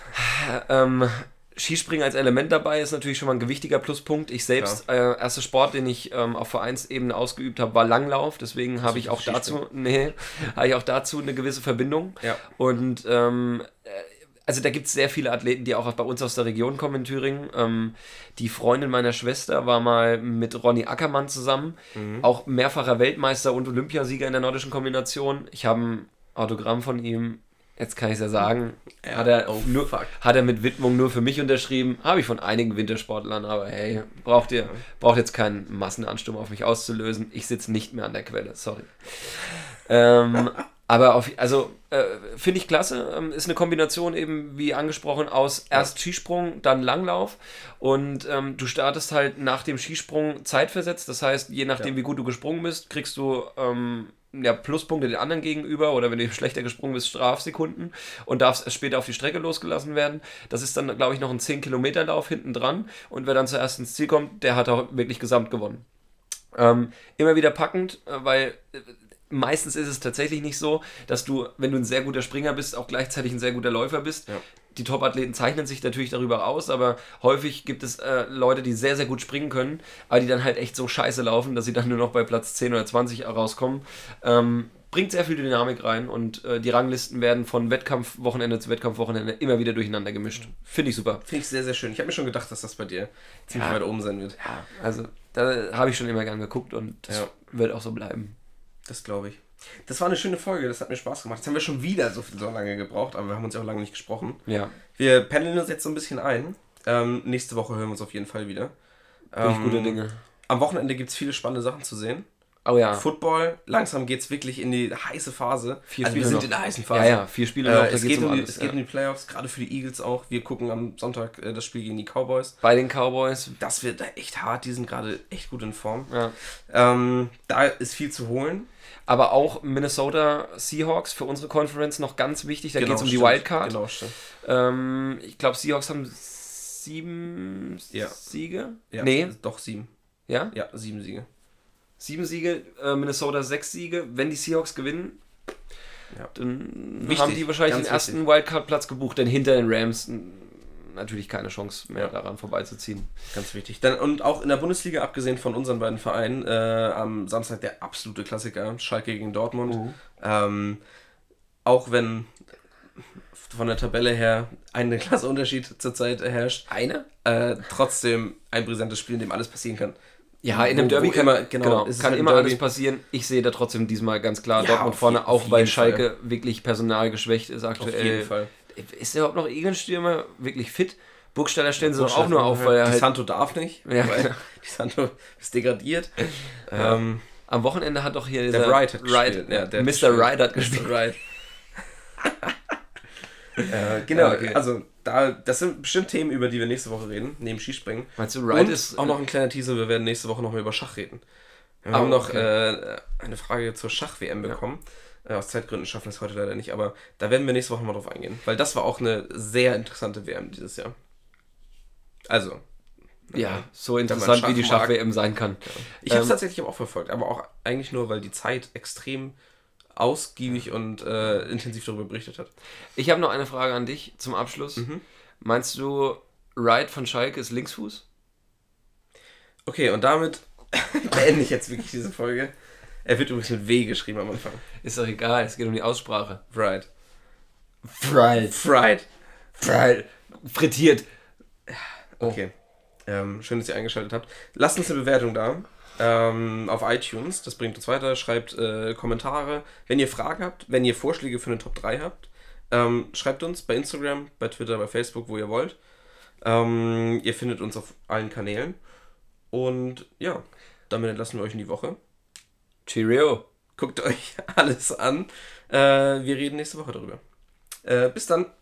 Ähm, Skispringen als Element dabei ist natürlich schon mal ein gewichtiger Pluspunkt. Ich selbst, äh, erster Sport, den ich ähm, auf Vereinsebene ausgeübt habe, war Langlauf. Deswegen habe ich auch dazu, nee, habe ich auch dazu eine gewisse Verbindung. Ja. Und ähm, also da gibt es sehr viele Athleten, die auch bei uns aus der Region kommen in Thüringen. Ähm, die Freundin meiner Schwester war mal mit Ronny Ackermann zusammen, mhm. auch mehrfacher Weltmeister und Olympiasieger in der nordischen Kombination. Ich habe ein Autogramm von ihm. Jetzt kann ich es ja sagen, ja, hat, er oh, nur, hat er mit Widmung nur für mich unterschrieben, habe ich von einigen Wintersportlern, aber hey, braucht ihr braucht jetzt keinen Massenansturm auf mich auszulösen, ich sitze nicht mehr an der Quelle, sorry. ähm, aber auf, also äh, finde ich klasse, ähm, ist eine Kombination eben, wie angesprochen, aus erst Skisprung, dann Langlauf und ähm, du startest halt nach dem Skisprung zeitversetzt, das heißt, je nachdem, ja. wie gut du gesprungen bist, kriegst du ähm, ja, Pluspunkte den anderen gegenüber oder wenn du schlechter gesprungen bist, Strafsekunden und darfst erst später auf die Strecke losgelassen werden. Das ist dann, glaube ich, noch ein zehn Kilometer Lauf hinten dran und wer dann zuerst ins Ziel kommt, der hat auch wirklich gesamt gewonnen. Ähm, immer wieder packend, äh, weil äh, meistens ist es tatsächlich nicht so, dass du, wenn du ein sehr guter Springer bist, auch gleichzeitig ein sehr guter Läufer bist. Ja. Die Top-Athleten zeichnen sich natürlich darüber aus, aber häufig gibt es äh, Leute, die sehr, sehr gut springen können, aber die dann halt echt so scheiße laufen, dass sie dann nur noch bei Platz zehn oder zwanzig rauskommen. Ähm, bringt sehr viel Dynamik rein und äh, die Ranglisten werden von Wettkampfwochenende zu Wettkampfwochenende immer wieder durcheinander gemischt. Finde ich super. Finde ich sehr, sehr schön. Ich habe mir schon gedacht, dass das bei dir ziemlich Ja. weit oben sein wird. Ja, also da habe ich schon immer gern geguckt und das Ja. wird auch so bleiben. Das glaube ich. Das war eine schöne Folge, das hat mir Spaß gemacht. Jetzt haben wir schon wieder so viel so lange gebraucht, aber wir haben uns ja auch lange nicht gesprochen. Ja, Wir pendeln uns jetzt so ein bisschen ein. Ähm, nächste Woche hören wir uns auf jeden Fall wieder. bin ich Ähm, gute Dinge. Am Wochenende gibt es viele spannende Sachen zu sehen. Oh ja. Football, langsam geht es wirklich in die heiße Phase. Vier also wir Spiele sind noch. in der heißen Phase. Ja, ja, vier Spiele Äh, noch, da es geht's geht, um um die, alles, es geht ja. um die Playoffs, gerade für die Eagles auch. Wir gucken am Sonntag äh, das Spiel gegen die Cowboys. Bei den Cowboys. Das wird echt hart, die sind gerade echt gut in Form. Ja. Ähm, da ist viel zu holen. Aber auch Minnesota Seahawks für unsere Conference noch ganz wichtig. Da geht es um die stimmt. Wildcard. Genau, stimmt. Ähm, ich glaube, Seahawks haben sieben Ja. Siege. Ja, Nee, doch sieben. ja? Ja, sieben Siege. Sieben Siege, äh, Minnesota sechs Siege. Wenn die Seahawks gewinnen, Ja. dann Wichtig, haben die wahrscheinlich den ganz ersten Wildcard-Platz gebucht, denn hinter den Rams n- natürlich keine Chance mehr Ja. daran vorbeizuziehen. Ganz wichtig. Dann, und auch in der Bundesliga, abgesehen von unseren beiden Vereinen, äh, am Samstag der absolute Klassiker, Schalke gegen Dortmund. Mhm. Ähm, auch wenn von der Tabelle her ein klasse Unterschied zurzeit herrscht, Eine? äh, trotzdem ein brisantes Spiel, in dem alles passieren kann. Ja, in einem Wo- Derby wo kann, immer- genau, genau, es ist kann halt ein immer Derby. alles passieren. Ich sehe da trotzdem diesmal ganz klar Ja, Dortmund auf vorne, je- auch auf weil jeden Schalke wirklich personalgeschwächt ist Auf aktuell. jeden Fall. Ist der überhaupt noch Egelstürmer wirklich fit? Burgstaller stellen sie doch auch nur auf, weil er Die halt Santo darf nicht, Ja, weil genau. die Santo ist degradiert. Ähm, am Wochenende hat doch hier dieser der Wright hat Wright, gespielt. Ja, der hat Mister gespielt. Wright hat gespielt. Mister Wright. äh, genau, Ja, okay. also da, das sind bestimmt Themen, über die wir nächste Woche reden, neben Skispringen. Meinst du, Wright Und ist auch noch ein kleiner Teaser, wir werden nächste Woche noch mal über Schach reden. Wir Ah, haben noch okay. äh, eine Frage zur Schach-W M bekommen. Äh, aus Zeitgründen schaffen wir es heute leider nicht, aber da werden wir nächste Woche mal drauf eingehen, weil das war auch eine sehr interessante W M dieses Jahr. Also, ja so man interessant, Schach wie die mag. Schach-W M sein kann. ich habe es Ähm, tatsächlich auch verfolgt, aber auch eigentlich nur, weil die Zeit extrem ausgiebig und äh, intensiv darüber berichtet hat. Ich habe noch eine Frage an dich zum Abschluss. Mhm. Meinst du, Wright von Schalke ist Linksfuß? Okay, und damit beende ich jetzt wirklich diese Folge. Er wird übrigens mit W geschrieben am Anfang. Ist doch egal, es geht um die Aussprache. Right. Fried. Fried. Fried. Frittiert. Okay. Ähm, schön, dass ihr eingeschaltet habt. Lasst uns eine Bewertung da. Ähm, auf iTunes. Das bringt uns weiter. Schreibt äh, Kommentare. Wenn ihr Fragen habt, wenn ihr Vorschläge für eine Top drei habt, ähm, schreibt uns bei Instagram, bei Twitter, bei Facebook, wo ihr wollt. Ähm, ihr findet uns auf allen Kanälen. Und ja, damit entlassen wir euch in die Woche. Cheerio. Guckt euch alles an. Äh, wir reden nächste Woche darüber. Äh, bis dann.